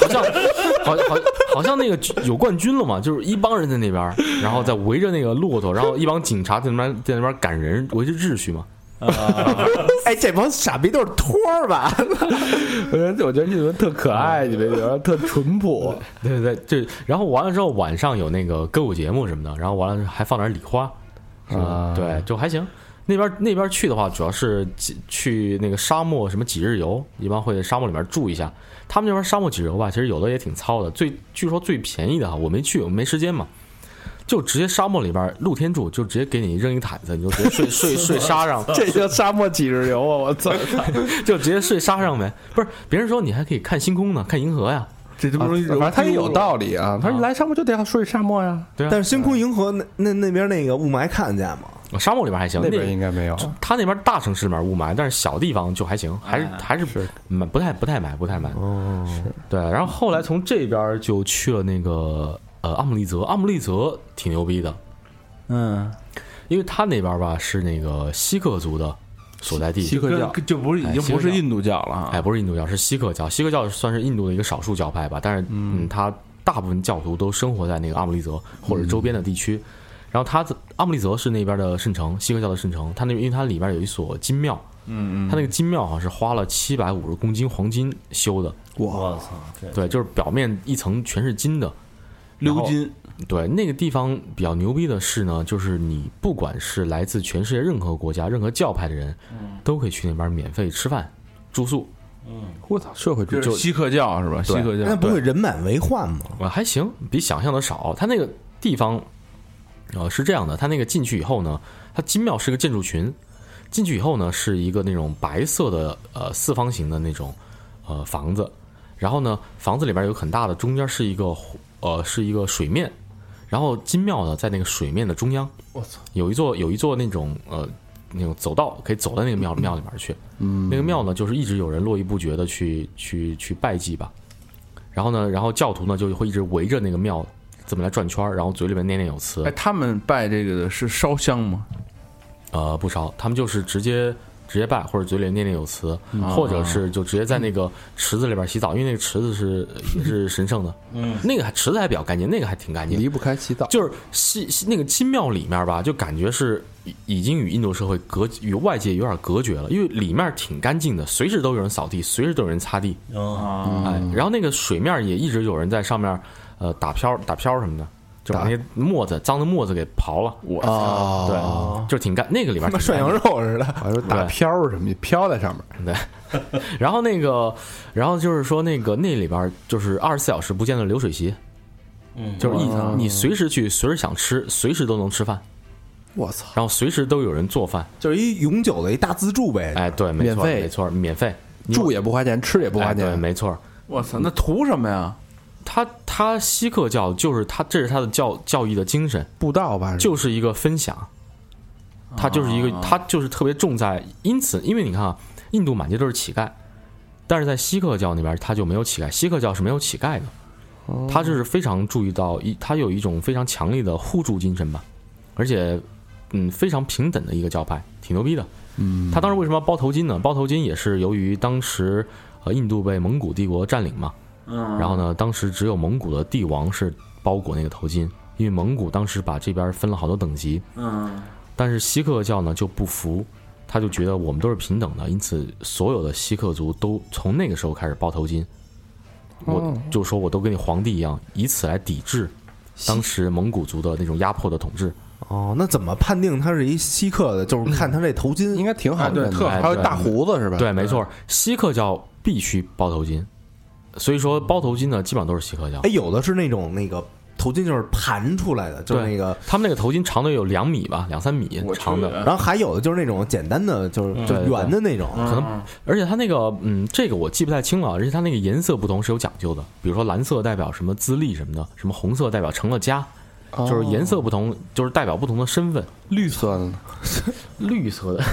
好像那个有冠军了嘛，就是一帮人在那边，然后在围着那个骆驼，然后一帮警察在那边赶人，维持秩序嘛。 哎，这帮傻逼都是托儿吧？ 我觉得你们特可爱，你们特淳朴。 对，然后完了之后晚上有那个歌舞节目什么的，然后完了还放点礼花，对，就还行。那边去的话，主要是去那个沙漠什么几日游，一般会在沙漠里面住一下。他们那边沙漠几日游吧，其实有的也挺糙的。据说最便宜的哈，我没去，我没时间嘛。就直接沙漠里边露天住，就直接给你扔一毯子，你就直接睡沙上。 这叫沙漠几日游啊！我操， 就直接睡沙上呗。不是，别人说你还可以看星空呢，看银河呀。 这不容易， 反正他也有道理啊。他说来沙漠就得要睡沙漠呀。 对啊。 但是星空银河那边那个雾霾看得见吗？ 沙漠里边还行， 那边应该没有。 他那边大城市里面雾霾，但是小地方就还行，还是不太霾。 哦，是。 对，然后后来从这边就去了那个阿姆利泽挺牛逼的。因为他那边吧是那个锡克族的所在地， 锡克教就不是已经不是印度教了， 不是印度教，是锡克教。锡克教算是印度的一个少数教派吧，但是他大部分教徒都生活在那个阿姆利泽或者周边的地区。然后阿姆利泽是那边的圣城，锡克教的圣城。因为它里边有一所金庙，它那个金庙好像是花了750公斤黄金修的。 我操！ 对，就是表面一层全是金的鎏金。 对，那个地方比较牛逼的是呢，就是你不管是来自全世界任何国家、任何教派的人，都可以去那边免费吃饭、住宿。 我操，社会主义就是锡克教是吧？锡克教那不会人满为患吗？ 还行，比想象的少。它那个地方，是这样的，它那个进去以后呢，它金庙是个建筑群，进去以后呢是一个那种白色的四方形的那种房子，然后呢房子里边有很大的，中间是一个水面。然后金庙呢，在那个水面的中央，我操，有一座那种走道，可以走到那个庙里面去。那个庙呢，就是一直有人络绎不绝的去拜祭吧。然后教徒呢就会一直围着那个庙这么来转圈，然后嘴里面念念有词。 哎，他们拜这个的是烧香吗？ 不烧，他们就是直接拜，或者嘴里念念有词，或者是就直接在那个池子里边洗澡，因为那个池子也是神圣的。那个池子还比较干净，那个还挺干净， 离不开洗澡。 就是那个金庙里面吧，就感觉是已经与印度社会与外界有点隔绝了，因为里面挺干净的，随时都有人扫地，随时都有人擦地。然后那个水面也一直有人在上面打漂什么的。就把那些脏的沫子给刨了，我操！对，就挺干，那个里面跟涮羊肉似的， 还有打漂什么漂在上面。 对，然后就是说那里边就是24小时不间断流水席，就是你随时去，随时想吃，随时都能吃饭。 我操！ 然后随时都有人做饭， 就是一永久的一大自助呗。 哎，对，没错，免费， 住也不花钱，吃也不花钱， 对，没错。 我操，那图什么呀？ 他锡克教就是这是他的教义的精神， 布道吧， 就是一个分享。他就是特别重在，因此，因为你看啊，印度满街都是乞丐，但是在锡克教那边他就没有乞丐，锡克教是没有乞丐的，他就是非常注意到他有一种非常强烈的互助精神吧，而且非常平等的一个教派，挺牛逼的。他当时为什么要包头巾呢？包头巾也是由于当时印度被蒙古帝国占领嘛。然后呢，当时只有蒙古的帝王是包裹那个头巾，因为蒙古当时把这边分了好多等级。但是锡克教呢就不服，他就觉得我们都是平等的，因此所有的锡克族都从那个时候开始包头巾。我就说我都跟你皇帝一样，以此来抵制当时蒙古族的那种压迫的统治。 那怎么判定他是一锡克的？就是看他这头巾， 应该挺好的， 特还有大胡子是吧？ 对，没错，锡克教必须包头巾。所以说包头巾呢，基本上都是锡克教。 有的是那个头巾就是盘出来的，就是那个他们那个头巾长的有2米吧，2-3米长的。 然后还有的就是那种简单的，就是圆的那种， 可能。而且它那个这个我记不太清了，而且它那个颜色不同是有讲究的，比如说蓝色代表什么资历什么的，什么红色代表成了家。就是颜色不同，就是代表不同的身份。 绿色的， 绿色的，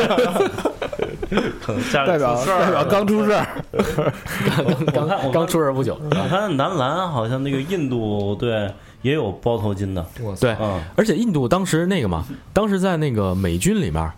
代表刚出事儿， 刚出事不久。 我看男篮好像那个印度队也有包头巾的， 对，而且印度当时那个嘛，当时在那个美军里面，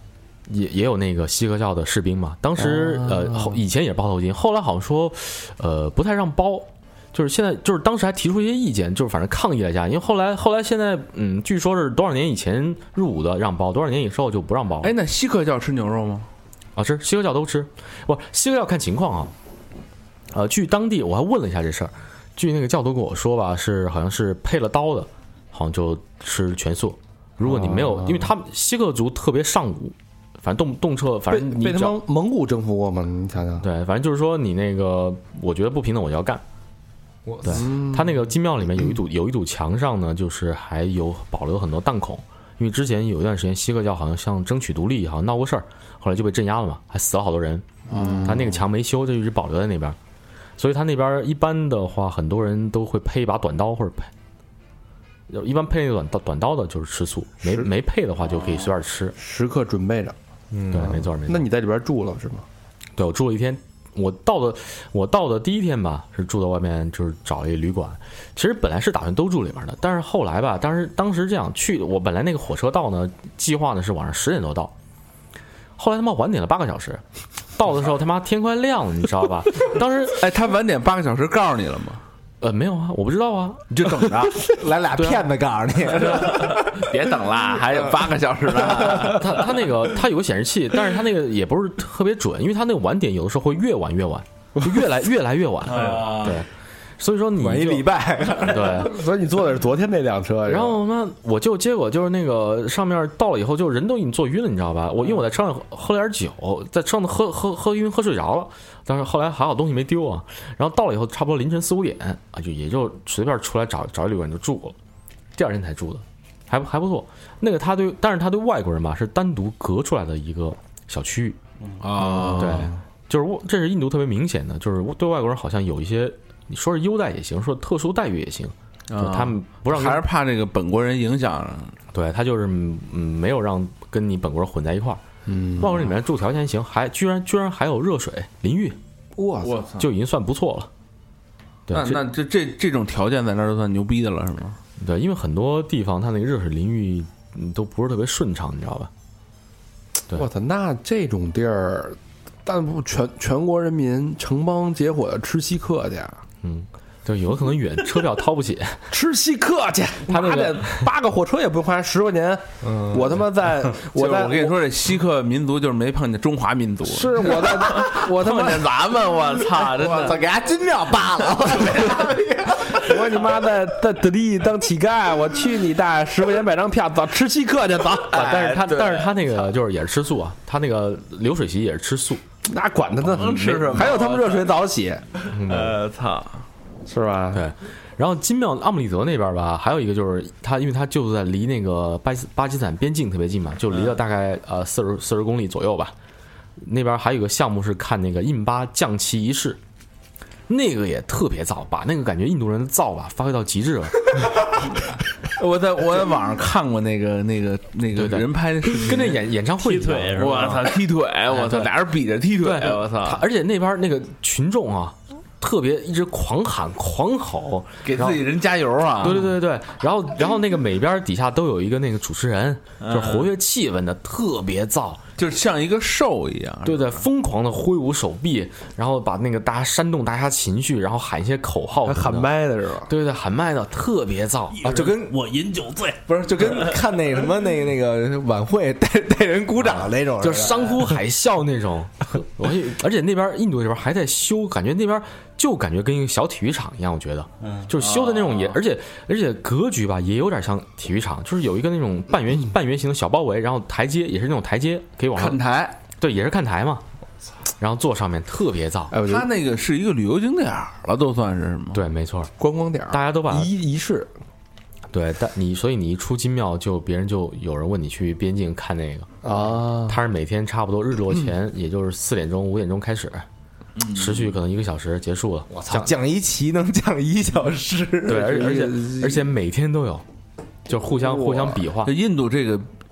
也有那个锡克教的士兵嘛。当时以前也是包头巾，后来好像说不太让包。就是现在，就是当时还提出一些意见，就是反正抗议了一下，因为后来现在，据说是多少年以前入伍的让包，多少年以后就不让包。 哎，那锡克教吃牛肉吗？ 啊，吃锡克教都吃，不，锡克教看情况啊。据当地我还问了一下这事儿，据那个教徒跟我说吧，是好像是配了刀的，好像就吃全素。如果你没有，因为他们锡克族特别尚武，反正动辄，反正你被他们蒙古征服过吗？你想想， 对，反正就是说你那个，我觉得不平等我就要干。对，他那个金庙里面有一堵墙上呢，就是还有保留很多弹孔，因为之前有一段时间锡克教好像争取独立，好像闹过事儿，后来就被镇压了嘛，还死了好多人。他那个墙没修，就一直保留在那边，所以他那边一般的话，很多人都会配一把短刀或者一般配那个短刀的就是吃素，没配的话就可以随便吃， 时刻准备着。 对，没错。 那你在里边住了是吗？ 对，我住了一天。我到的第一天吧，是住在外面，就是找了一旅馆。其实本来是打算都住里面的，但是后来吧，当时这样去，我本来那个火车到呢，计划呢是晚上10点多到，后来他妈晚点了8个小时，到的时候他妈天快亮了，你知道吧？当时他晚点8个小时告诉你了吗？ 没有啊，我不知道啊， 你就等着， 来俩骗子告诉你， 别等啦，还有8个小时呢。 他那个他有个显示器，但是他那个也不是特别准，因为他那个晚点有的时候会越晚，就越来越晚。对，所以说你晚1礼拜， 对， 所以你坐的是昨天那辆车。 然后呢，结果就是那个上面到了以后，就人都已经坐晕了，你知道吧？因为我在车上喝了点酒，在车上喝晕喝睡着了。但是后来还好东西没丢啊，然后到了以后差不多凌晨4、5点啊，也就随便出来找一旅馆就住了，第二天才住的，还不错。那个但是他对外国人吧是单独隔出来的一个小区域啊，对，就是这是印度特别明显的，就是对外国人好像有一些你说是优待也行，说特殊待遇也行，就他们不让还是怕这个本国人影响， 对他就是没有让跟你本国人混在一块儿。外国人里面住条件行，还居然还有热水淋浴， 哇塞， 就已经算不错了。对， 那这种条件在那儿都算牛逼的了，是吗？ 对，因为很多地方它那个热水淋浴都不是特别顺畅，你知道吧？对， 我操，那这种地儿，但不全国人民成帮结伙的吃锡克去， 就有可能远，车票掏不起， 吃锡克去。他那个8个火车也不用花10块钱。我他妈我跟你说，这锡克民族就是没碰见中华民族。 是我他妈碰见咱们，我操，真的， 给他金庙扒了。 我你妈在德里当乞丐，我去你大爷！10块钱买张票，走吃锡克去，走。 但是他那个就是也是吃素啊，他那个流水席也是吃素， 那管他呢， 吃什么？ 还有他们热水澡洗， 操。 是吧？ 对，然后金庙阿姆利则那边吧，还有一个就是因为它就在离那个巴基斯坦边境特别近嘛，就离了大概40公里左右吧。那边还有一个项目是看那个印巴降旗仪式，那个也特别燥，把那个感觉印度人的燥吧发挥到极致了。 我在网上看过那个人拍的视频， 跟那演唱会踢腿是吧？ 我操，踢腿！我操，俩人比着踢腿！我操！ 而且那边那个群众啊。特别一直狂喊狂吼， 给自己人加油啊！ 对，然后那个每边底下都有一个那个主持人，就是活跃气氛的，特别燥， 就像一个兽一样。 对，疯狂的挥舞手臂，然后把那个大家煽动大家情绪，然后喊一些口号， 喊麦的是吧？ 对，喊麦的特别燥啊，就跟我饮酒醉， 不是就跟看那什么那个晚会带人鼓掌那种， 就是山呼海啸那种。而且那边印度这边还在修，感觉那边。就感觉跟一个小体育场一样，我觉得，就是修的那种也，而且格局吧也有点像体育场，就是有一个那种半圆形的小包围，然后台阶也是那种台阶，可以往上看台， 对，也是看台嘛，然后坐上面特别燥。 它那个是一个旅游景点了，都算是吗？ 对，没错， 观光点， 大家都把仪式。 对，所以你一出金庙，别人就有人问你去边境看那个啊，他是每天差不多日落前，也就是4点钟、5点钟开始。持续可能1个小时结束了。 我操，降一旗能降1小时？ 对，而且每天都有，就互相比划。 印度这个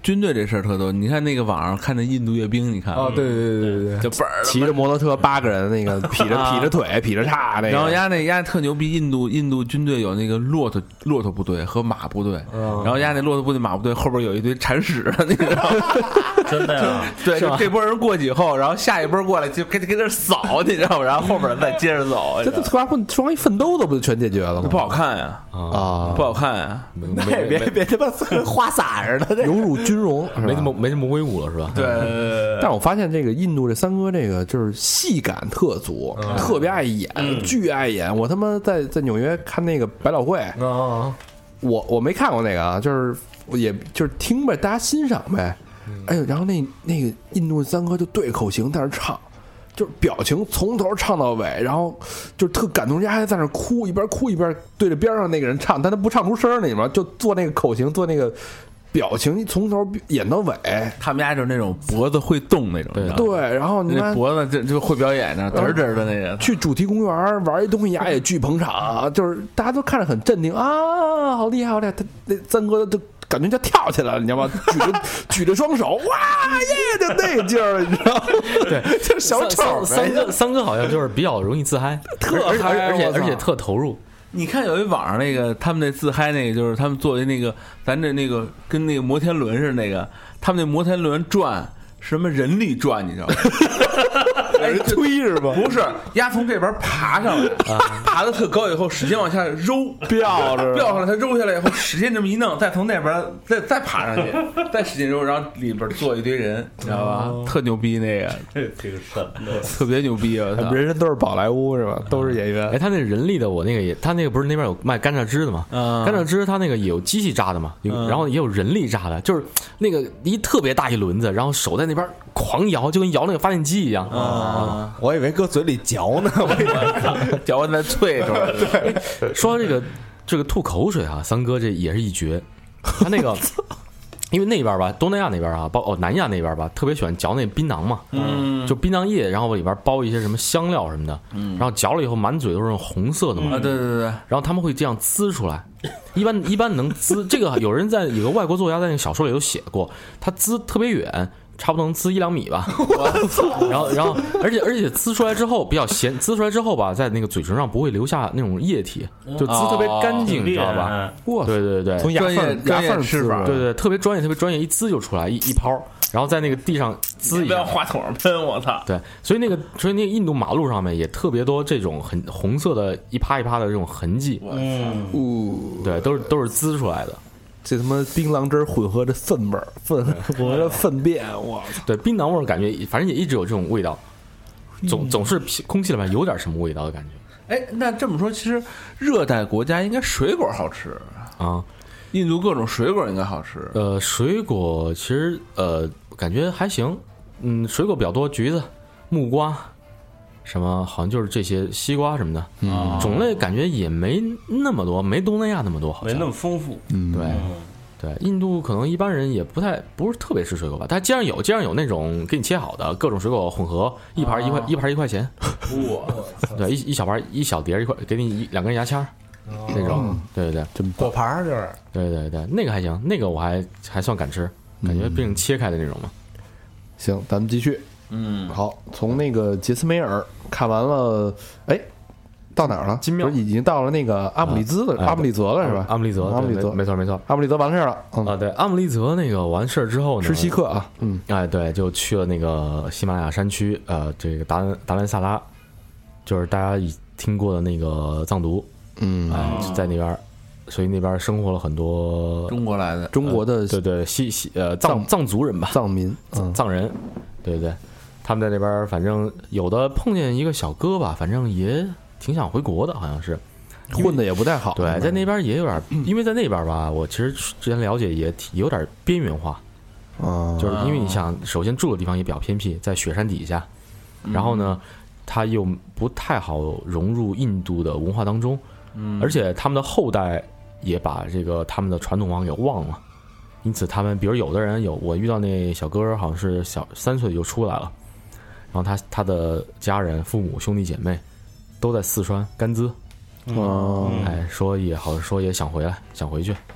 军队这事儿特多。你看那个网上看那印度阅兵，你看哦，对对对对对， 就本儿骑着摩托车8个人，那个劈着腿劈着叉那个， 然后丫特牛逼，印度军队有那个骆驼部队和马部队，然后那骆驼部队马部队后边有一堆铲屎的，你知道吗？ 真的呀？ 对，就这波人过去以后，然后下一波过来就给那扫，你知道吗？然后后边再接着走， 这特拉双一奋斗的不就全解决了吗？ 不好看呀，不好看呀。 别他妈跟花洒似的， 荣辱军容， 没这么威武了是吧？ 对， 但我发现这个印度这三哥这个就是戏感特足，特别爱演，巨爱演。我他妈在纽约看那个百老汇，我没看过那个啊，就是也就是听呗，大家欣赏呗。哎呦，然后那个印度三哥就对口型在那唱，就是表情从头唱到尾，然后就是特感动，人家还在那哭，一边哭一边对着边上那个人唱，但他不唱出声儿，你吗？就做那个口型，做那个表情，从头演到尾。 他们家就是那种脖子会动那种， 对，然后你看脖子就会表演呢，嘚嘚的那个。 去主题公园玩一东西呀，也巨捧场，就是大家都看着很镇定啊，好厉害好厉害。他那三哥都感觉就跳起来了，你知道吗？举着双手，哇耶，就那个劲儿，你知道吗？ 对， 就是小丑。 三哥好像就是比较容易自嗨，而且特投入。 你看有一网上那个他们那自嗨那个，就是他们做的那个咱这那个跟那个摩天轮似的那个，他们那摩天轮转什么人力转，你知道吗？ 人推是吧？ 不是，丫从这边爬上来，爬得特高以后，使劲往下揉， 吊上来，他揉下来以后，使劲这么一弄，再从那边再爬上去，再使劲揉，然后里边坐一堆人，你知道吧？特牛逼那个， 这个神的， 特别牛逼啊！ 人人都是宝莱坞是吧？都是演员。 哎，他那人力的，我那个也，他那个不是那边有卖甘蔗汁的吗？甘蔗汁他那个也有机器榨的嘛，然后也有人力榨的，就是那个一特别大一轮子，然后手在那边狂摇，就跟摇那个发电机一样。 我以为搁嘴里嚼呢， 嚼完再啐出来。 对，说到这个吐口水啊，三哥这也是一绝。他那个，因为那边吧，东南亚那边啊，南亚那边吧，特别喜欢嚼那槟榔嘛，就槟榔叶，然后里边包一些什么香料什么的，然后嚼了以后满嘴都是红色的嘛， 对， 然后他们会这样滋出来，一般能滋这个，有人有个外国作家在那个小说里有写过，他滋特别远。差不多能滋1-2米吧，然后，而且滋出来之后比较咸，滋出来之后吧，在那个嘴唇上不会留下那种液体，就滋特别干净，你知道吧？哇，对， 从牙缝吃法， 对，特别专业，一滋就出来一泡，然后在那个地上滋一下， 不要话筒上喷，我操！ 对，所以那个印度马路上面也特别多这种很红色的一趴一趴的这种痕迹，对，都是滋出来的。 这他妈槟榔汁混合着粪味儿，混合着粪便，我操！ 对，槟榔味儿感觉，反正也一直有这种味道，总是空气里面有点什么味道的感觉。 哎，那这么说，其实热带国家应该水果好吃啊， 印度各种水果应该好吃。 水果其实感觉还行，水果比较多，橘子、木瓜。什么好像就是这些西瓜什么的，种类感觉也没那么多，没东南亚那么多，好像没那么丰富。 对，印度可能一般人也不是特别吃水果吧，但街上有那种给你切好的各种水果混合，一盘1块钱，对，一小盘一小碟1块，给你2根牙签那种，对， 果盘就是， 对，那个还行，那个我还算敢吃，感觉毕竟切开的那种嘛。 行，咱们继续。好，从那个杰斯梅尔看完了，哎，到哪儿了？金庙已经到了那个阿姆利泽了，是吧？ 阿姆利泽，没错， 阿姆利泽完事儿了。 对，阿姆利泽那个完事儿之后呢， 吃西克啊， 对，就去了那个喜马拉雅山区，这个达兰萨拉，就是大家听过的那个藏族，就在那边，所以那边生活了很多中国来的中国的对藏族人吧， 藏民藏人，对。他们在那边，反正有的碰见一个小哥吧，反正也挺想回国的，好像是混的也不太好。 对，在那边也有点，因为在那边吧，我其实之前了解也有点边缘化，就是因为你想，首先住的地方也比较偏僻，在雪山底下，然后呢，他又不太好融入印度的文化当中，而且他们的后代也把这个他们的传统文化给忘了，因此他们，比如有的人我遇到那小哥好像是3岁就出来了。然后他的家人、父母、兄弟姐妹都在四川甘孜，说也好，说也想回去，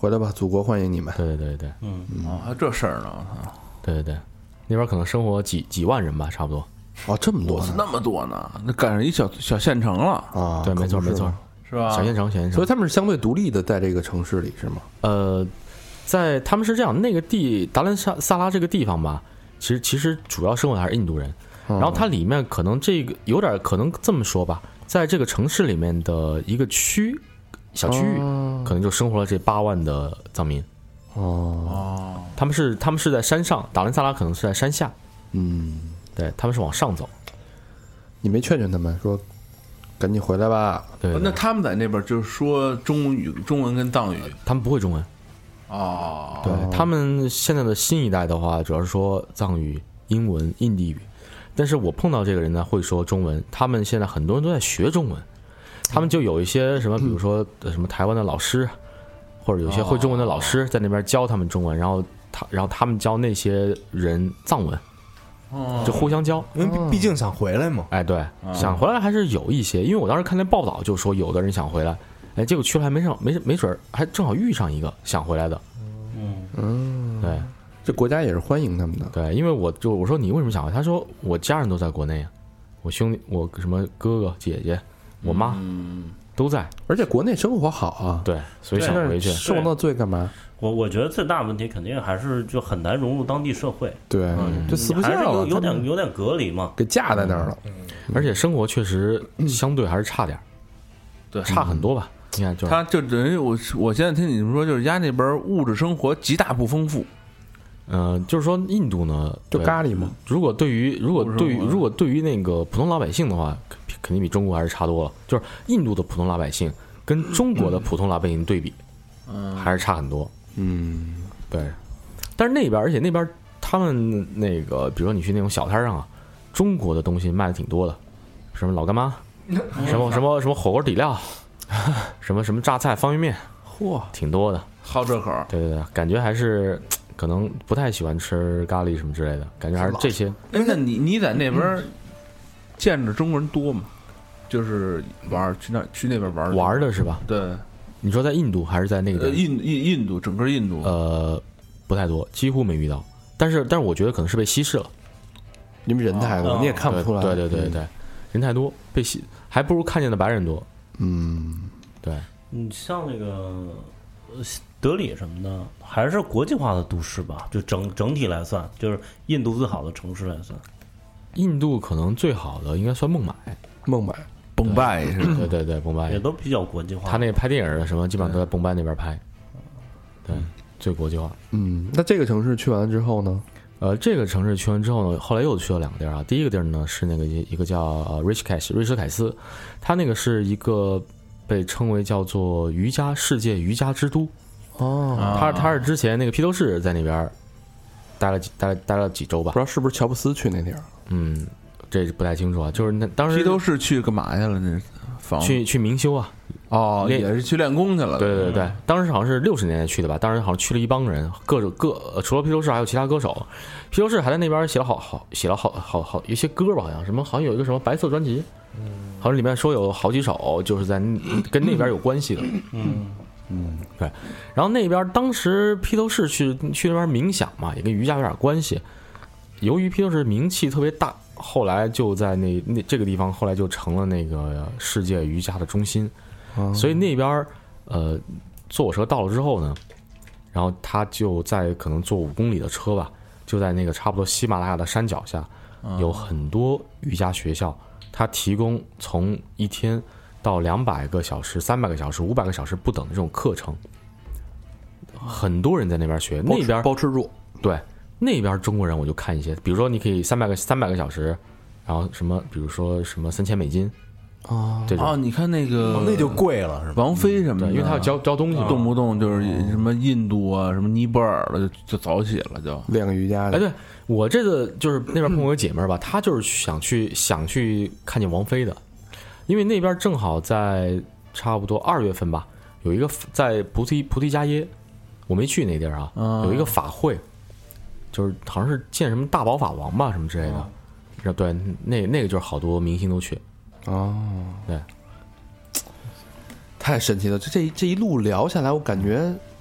回来吧，祖国欢迎你们。 对对对， 还有这事儿呢， 对对对，那边可能生活几万人吧，差不多。 哦，这么多呢， 那么多呢，那赶上一小县城了啊！ 对，没错没错， 是吧？ 小县城， 所以他们是相对独立的，在这个城市里是吗？ 在他们是这样，那个达兰萨拉这个地方吧，其实主要生活的还是印度人，然后它里面可能这个有点可能这么说吧，在这个城市里面的一个小区域，可能就生活了这8万的藏民。他们是在山上，达兰萨拉可能是在山下。对，他们是往上走。 你没劝他们说赶紧回来吧？ 对， 那他们在那边就是说中文跟藏语， 他们不会中文。对，他们现在的新一代的话，主要是说藏语、英文、印地语。但是我碰到这个人呢，会说中文。他们现在很多人都在学中文，他们就有一些什么，比如说什么台湾的老师，或者有些会中文的老师在那边教他们中文，然后他们教那些人藏文。就互相教， 因为毕竟想回来嘛。 哎，对，想回来还是有一些，因为我当时看那报道就说有的人想回来，哎，结果去了还没准还正好遇上一个想回来的。对， 这国家也是欢迎他们的。 对，因为我说你为什么想回来？他说我家人都在国内啊，我兄弟，我什么哥哥姐姐，我妈都在， 而且国内生活好啊。 对，所以想回去。 受那罪干嘛？ 我觉得最大问题肯定还是就很难融入当地社会。 对，就四不像了， 有点隔离嘛， 给架在那儿了。 而且生活确实相对还是差点， 对， 差很多吧。你看， 他就等于我现在听你们说，就是家那边物质生活极大不丰富。 就是说印度呢， 就咖喱嘛。 如果对于那个普通老百姓的话，肯定比中国还是差多了。就是印度的普通老百姓跟中国的普通老百姓对比，还是差很多。对。但是而且那边他们那个，比如说你去那种小摊上啊，中国的东西卖的挺多的，什么老干妈，什么火锅底料，什么榨菜方便面，挺多的， 好这口。 对对对，感觉还是。可能不太喜欢吃咖喱什么之类的，感觉还是这些。 哎，那你在那边见着中国人多吗？就是去那边玩的是吧？ 对， 你说在印度还是在那个印度整个印度？ 不太多，几乎没遇到。但是我觉得可能是被稀释了， 因为人太多，你也看不出来。 对，人太多，被稀，还不如看见的白人多。对。 你像那个德里什么的，还是国际化的都市吧？就整体来算，就是印度最好的城市来算。 印度可能最好的应该算孟买， 崩拜是吧？ 对，崩拜也都比较国际化。 他那个拍电影的什么，基本上都在崩拜那边拍。对，最国际化。 那这个城市去完了之后呢？ 这个城市去完之后呢，后来又去了2个地儿啊。第一个地儿呢是那个一个叫瑞什凯斯，它那个是一个被称为叫做世界瑜伽之都。他是之前那个披头士在那边待了几周吧， 不知道是不是乔布斯去那地儿。 这不太清楚啊。就是那当时披头士去干嘛去了？那房去明修啊。 也是去练功去了。 对，当时好像是60年代去的吧。当时好像去了一帮人，除了披头士还有其他歌手。披头士还在那边写了好一些歌吧，好像有一个什么白色专辑，好像里面说有好几首就是在跟那边有关系的。对，然后那边当时披头士去那边冥想嘛，也跟瑜伽有点关系。由于披头士名气特别大，后来就在这个地方，后来就成了那个世界瑜伽的中心。所以那边坐火车到了之后呢，然后他就在可能坐5公里的车吧，就在那个差不多喜马拉雅的山脚下，有很多瑜伽学校，他提供从1天到200个小时、300个小时、500个小时不等的这种课程，很多人在那边学。那边包吃住， 对，那边中国人我就看一些，比如说你可以300个小时，然后什么，比如说什么3000美金这种。 你看那个那就贵了，是吧？ 王菲什么的， 因为他要教东西， 动不动就是什么印度啊、什么尼泊尔的就早起了，就练个瑜伽的。 对，我这个就是那边碰过个姐妹儿吧，她就是想去看见王菲的。因为那边正好在差不多2月份吧，有一个在菩提伽耶，我没去那地儿啊，有一个法会，就是好像是见什么大宝法王吧什么之类的。对，那个就是好多明星都去。对， 太神奇了！这一路聊下来，我感觉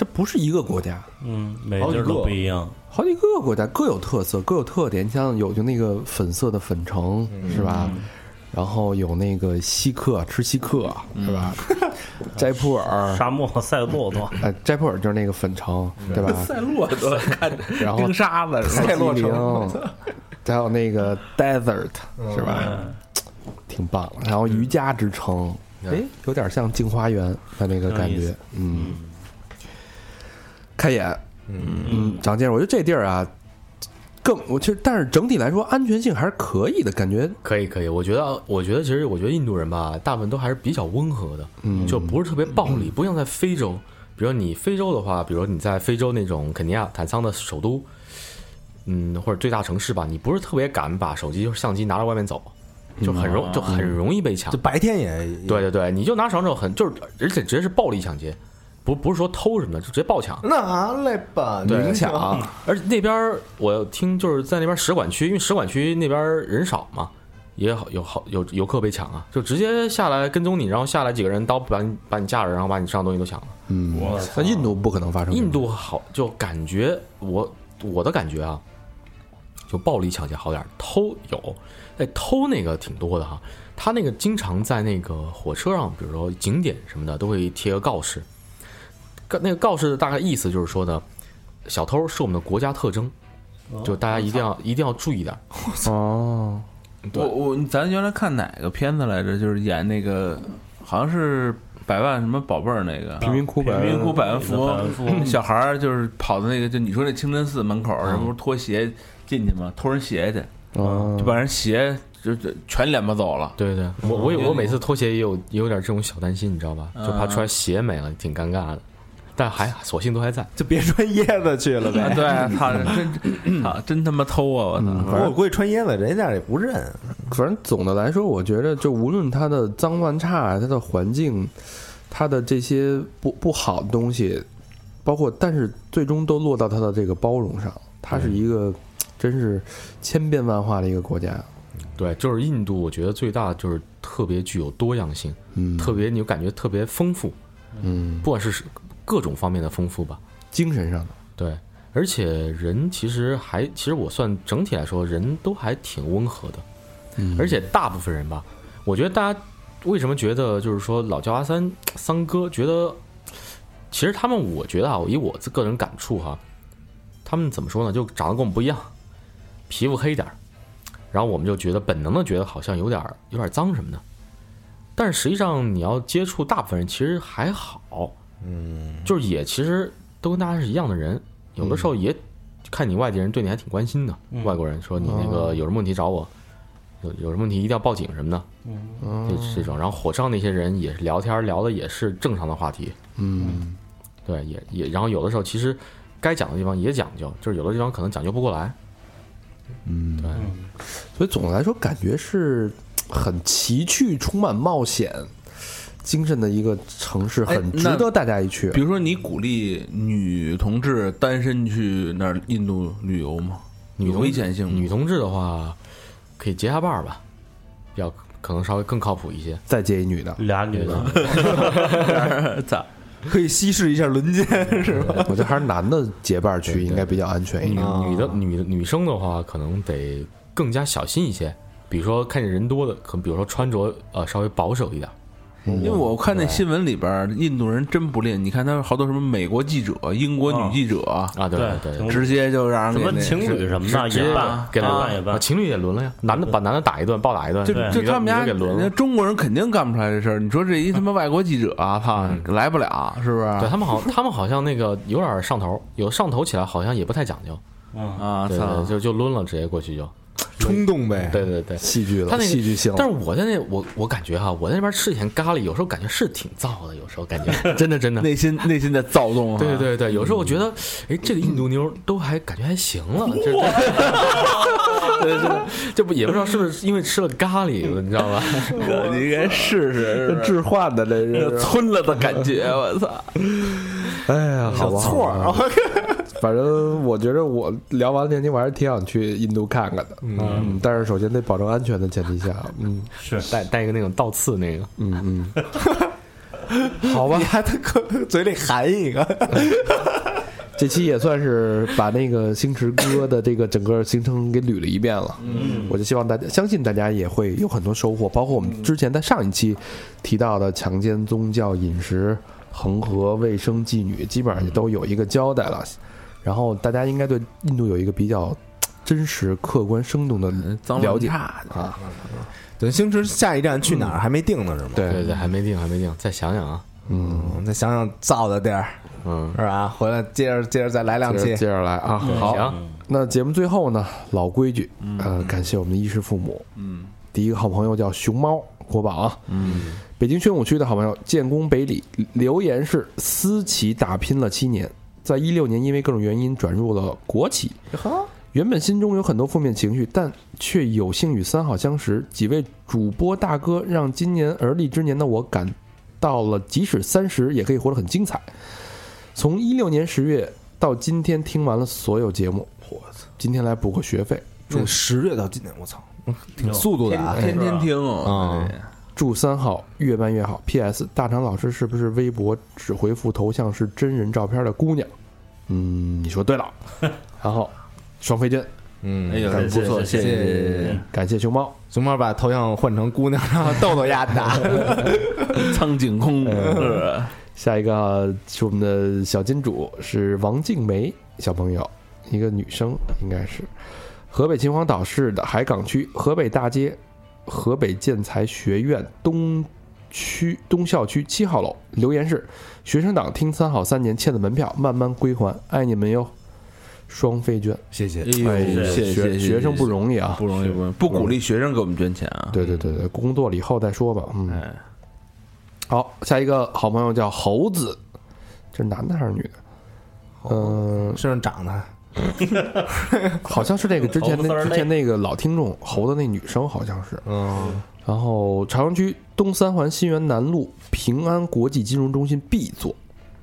这不是一个国家， 每地儿都不一样， 好几个国家各有特色，各有特点。你像有就那个粉色的粉城是吧？然后有那个锡克吃锡克是吧？斋普尔沙漠赛骆驼， 斋普尔就是那个粉城对吧？ 赛骆驼看着然后冰沙子， 赛洛城，还有那个 desert 是吧？挺棒的。然后瑜伽之城，哎，有点像镜花园的那个感觉，开眼，长见识。我觉得这地儿啊，我其实，但是整体来说安全性还是可以的，感觉可以。我觉得其实印度人吧，大部分都还是比较温和的，就不是特别暴力，不像在非洲。比如你非洲的话，比如你在非洲那种肯尼亚坦桑的首都，或者最大城市吧，你不是特别敢把手机、相机拿到外面走，就很容易被抢。 就白天也对，你就拿手之后而且直接是暴力抢劫。不是说偷什么的，就直接暴抢， 拿来吧， 明抢。 而且那边我听就是在那边使馆区，因为使馆区那边人少嘛，也有游客被抢啊，就直接下来跟踪你，然后下来几个人刀把你架着，然后把你身上东西都抢了。 那印度不可能发生。 印度好，就感觉我的感觉啊，就暴力抢劫好点，偷有，偷那个挺多的哈。他那个经常在那个火车上，比如说景点什么的，都会贴个告示。那个告示的大概意思就是说呢，小偷是我们的国家特征，就大家一定要注意点。 哦， 咱原来看哪个片子来着？就是演那个好像是百万什么宝贝儿那个贫民窟百万富翁，小孩儿就是跑到那个就你说那清真寺门口，什么脱鞋进去嘛，偷人鞋去，就把人鞋就全脸巴走了。 对，我每次脱鞋也有点这种小担心，你知道吧？就怕出来鞋没了，挺尴尬的。但索性都还在， 就别穿椰子去了呗。 对，真他妈偷啊！ 我估计穿椰子人家也不认。 反正总的来说，我觉得就无论它的脏乱差，它的环境，它的这些不好的东西，包括但是最终都落到它的这个包容上。它是一个真是千变万化的一个国家。 对，就是印度，我觉得最大就是特别具有多样性，特别你感觉特别丰富，不管是各种方面的丰富吧， 精神上的对，而且人其实我算整体来说人都还挺温和的，而且大部分人吧，我觉得大家为什么觉得就是说老叫阿三哥，觉得其实他们我觉得啊，以我个人感触哈，他们怎么说呢，就长得跟我们不一样，皮肤黑点，然后我们就觉得本能的觉得好像有点脏什么的，但是实际上你要接触大部分人其实还好。就是也其实都跟大家是一样的人，有的时候也看你外地人对你还挺关心的，外国人说你那个有什么问题找我，有什么问题一定要报警什么的，这种。然后火车上那些人也是聊天聊的也是正常的话题，对，也然后有的时候其实该讲的地方也讲究，就是有的地方可能讲究不过来，对， 所以总的来说感觉是很奇趣、充满冒险精神的一个城市，很值得大家一去。 比如说，你鼓励女同志单身去那儿印度旅游吗？有危险性吗？ 女同志的话，可以结下伴儿吧，比较可能稍微更靠谱一些。 再接一女的， 俩女的， 咋？ 可以稀释一下轮奸是吧？ 我觉得还是男的结伴去应该比较安全一点。 女生的话，可能得更加小心一些。比如说看见人多的，可能比如说穿着稍微保守一点。 因为我看那新闻里边，印度人真不吝。你看他好多什么美国记者、英国女记者啊，对， 直接就让人什么情侣什么的也办， 给轮，情侣也轮了呀。男的把男的打一顿，暴打一顿， 就他们家给轮了。 中国人肯定干不出来这事儿。你说这一他妈外国记者啊，操，来不了，是不是？ 对他们好像那个有点上头，有上头起来好像也不太讲究对，就抡了，直接过去就。 冲动呗， 对， 戏剧了， 他那个戏剧性。 但是我在我感觉哈，我在那边吃以前咖喱，有时候感觉是挺燥的，有时候感觉真的内心在躁动。 对，有时候我觉得，哎，这个印度妞都还感觉还行了，这不也不知道是不是因为吃了咖喱，你知道吧？ 你应该试试置换的，这是村了的感觉，我操！ 哎呀，好吧， 错儿。 反正我觉得我聊完天津，我还是挺想去印度看看的。但是首先得保证安全的前提下， 是带一个那种倒刺那个， 好吧你，还得嘴里含一个。 这期也算是把那个星驰哥的这个整个行程给捋了一遍了。我就希望大家相信大家也会有很多收获，包括我们之前在上一期提到的强奸、宗教、饮食、恒河、卫生、妓女，基本上都有一个交代了。然后大家应该对印度有一个比较真实、客观、生动的了解啊。 对，星驰下一站去哪儿还没定呢，是吗？ 对，还没定，再想想啊。 再想想造的地儿，是吧？回来接着再来两期， 接着来啊。好，那节目最后呢，老规矩，感谢我们的衣食父母。第一个好朋友叫熊猫国宝啊，北京宣武区的好朋友建功北里留言是：私企打拼了7年，在16年因为各种原因转入了国企。原本心中有很多负面情绪，但却有幸与3号相识，几位主播大哥让今年而立之年的我感到了即使30也可以活得很精彩。从16年10月到今天听完了所有节目，今天来补个学费。 从10月到今年，我操，挺速度的啊！ 天天听哦。 祝3号越办越好。PS 大长老师是不是微博只回复头像是真人照片的姑娘？你说对了。然后双飞娟， 哎呦，不错，谢谢， 感谢熊猫。 熊猫把头像换成姑娘，让豆豆丫打。 苍井空。 下一个是我们的小金主，是王静梅小朋友，一个女生，应该是河北秦皇岛市的海港区河北大街河北建材学院东校区7号楼。留言是：学生党听3好3年欠的门票慢慢归还，爱你们哟。双飞捐， 谢谢， 谢谢， 学生不容易啊， 不容易，不鼓励学生给我们捐钱啊。 对，工作了以后再说吧。好，下一个好朋友叫猴子，这是男的还是女的？ 身上长的， 好像是那个之前那个老听众猴子那女生好像是。然后朝阳区东3环新源南路平安国际金融中心 B 座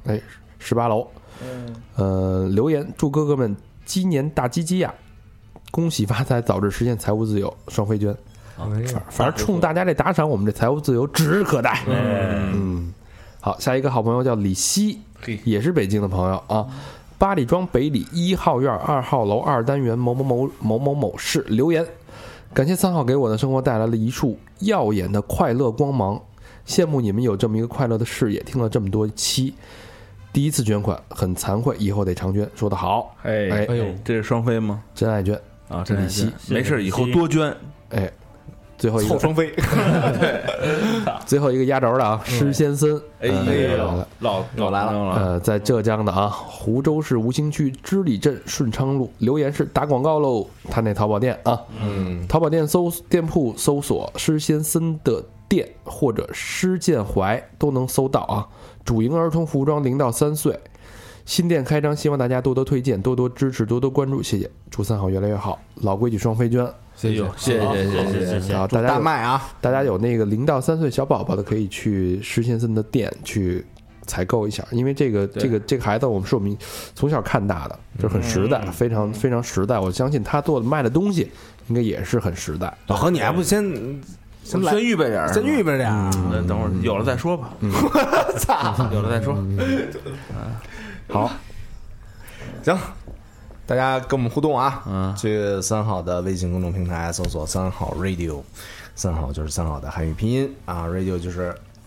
，18楼。留言祝哥哥们鸡年大鸡鸡呀，恭喜发财，早日实现财务自由。双飞捐，反正冲大家这打赏，我们这财务自由指日可待。好，下一个好朋友叫李希，也是北京的朋友啊。八里庄北里1号院2号楼2单元某某室留言，感谢3号给我的生活带来了一束耀眼的快乐光芒，羡慕你们有这么一个快乐的事业，听了这么多期。第一次捐款很惭愧，以后得常捐。说得好， 哎呦，这是双飞吗？ 真爱捐啊，真爱捐，没事，以后多捐。 最后一个凑双飞， 最后一个压轴的啊，施先森， 老来了， 在浙江的啊，湖州市吴兴区织里镇顺昌路，留言是打广告喽，他那淘宝店啊，淘宝店店铺搜索施先森的店或者施建怀都能搜到啊。主营儿童服装0到3岁，新店开张，希望大家多多推荐，多多支持，多多关注，谢谢。祝3好越来越好，老规矩双飞捐， 谢谢。 好，大家大麦啊， 大家有那个0到3岁小宝宝的，可以去施先森的店去采购一下，因为这个孩子是我们从小看大的，就是很实在，非常非常实在。我相信他做的卖的东西应该也是很实在。 老何，你还不先预备点， 先预备点。 等会儿有了再说吧。操，有了再说。 好， 行，大家跟我们互动啊！去3好的微信公众平台搜索3好 radio，3好就是3好的汉语拼音啊 ，radio 就是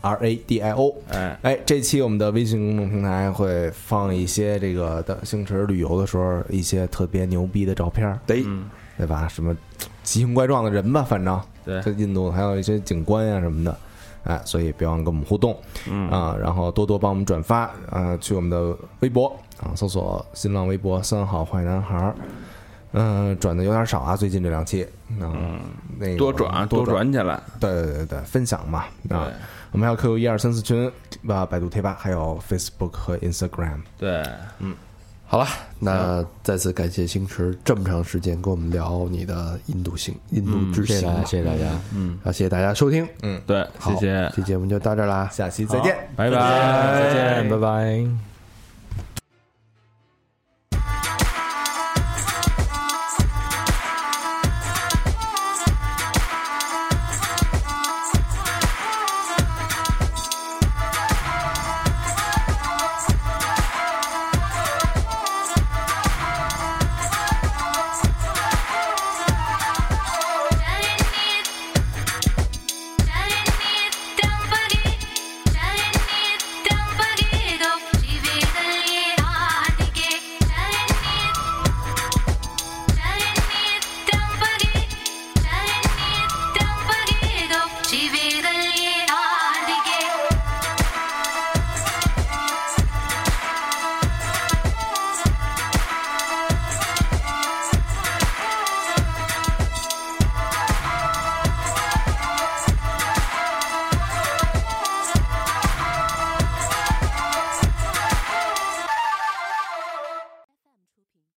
RADIO。这期我们的微信公众平台会放一些这个的星驰旅游的时候一些特别牛逼的照片，对吧？什么奇形怪状的人吧，反正在印度还有一些景观啊什么的，所以别忘了跟我们互动，然后多多帮我们转发，去我们的微博啊，搜索新浪微博3好坏男孩，转的有点少啊，最近这2期，那个多转起来， 对，分享嘛，我们还有 QQ 1234群百度贴吧，还有 Facebook 和 Instagram， 对， 好了，那再次感谢星驰这么长时间跟我们聊你的印度之行， 谢谢大家， 谢谢大家收听， 对，谢谢， 这节目就到这儿啦， 下期再见， 拜拜， 再见，拜拜。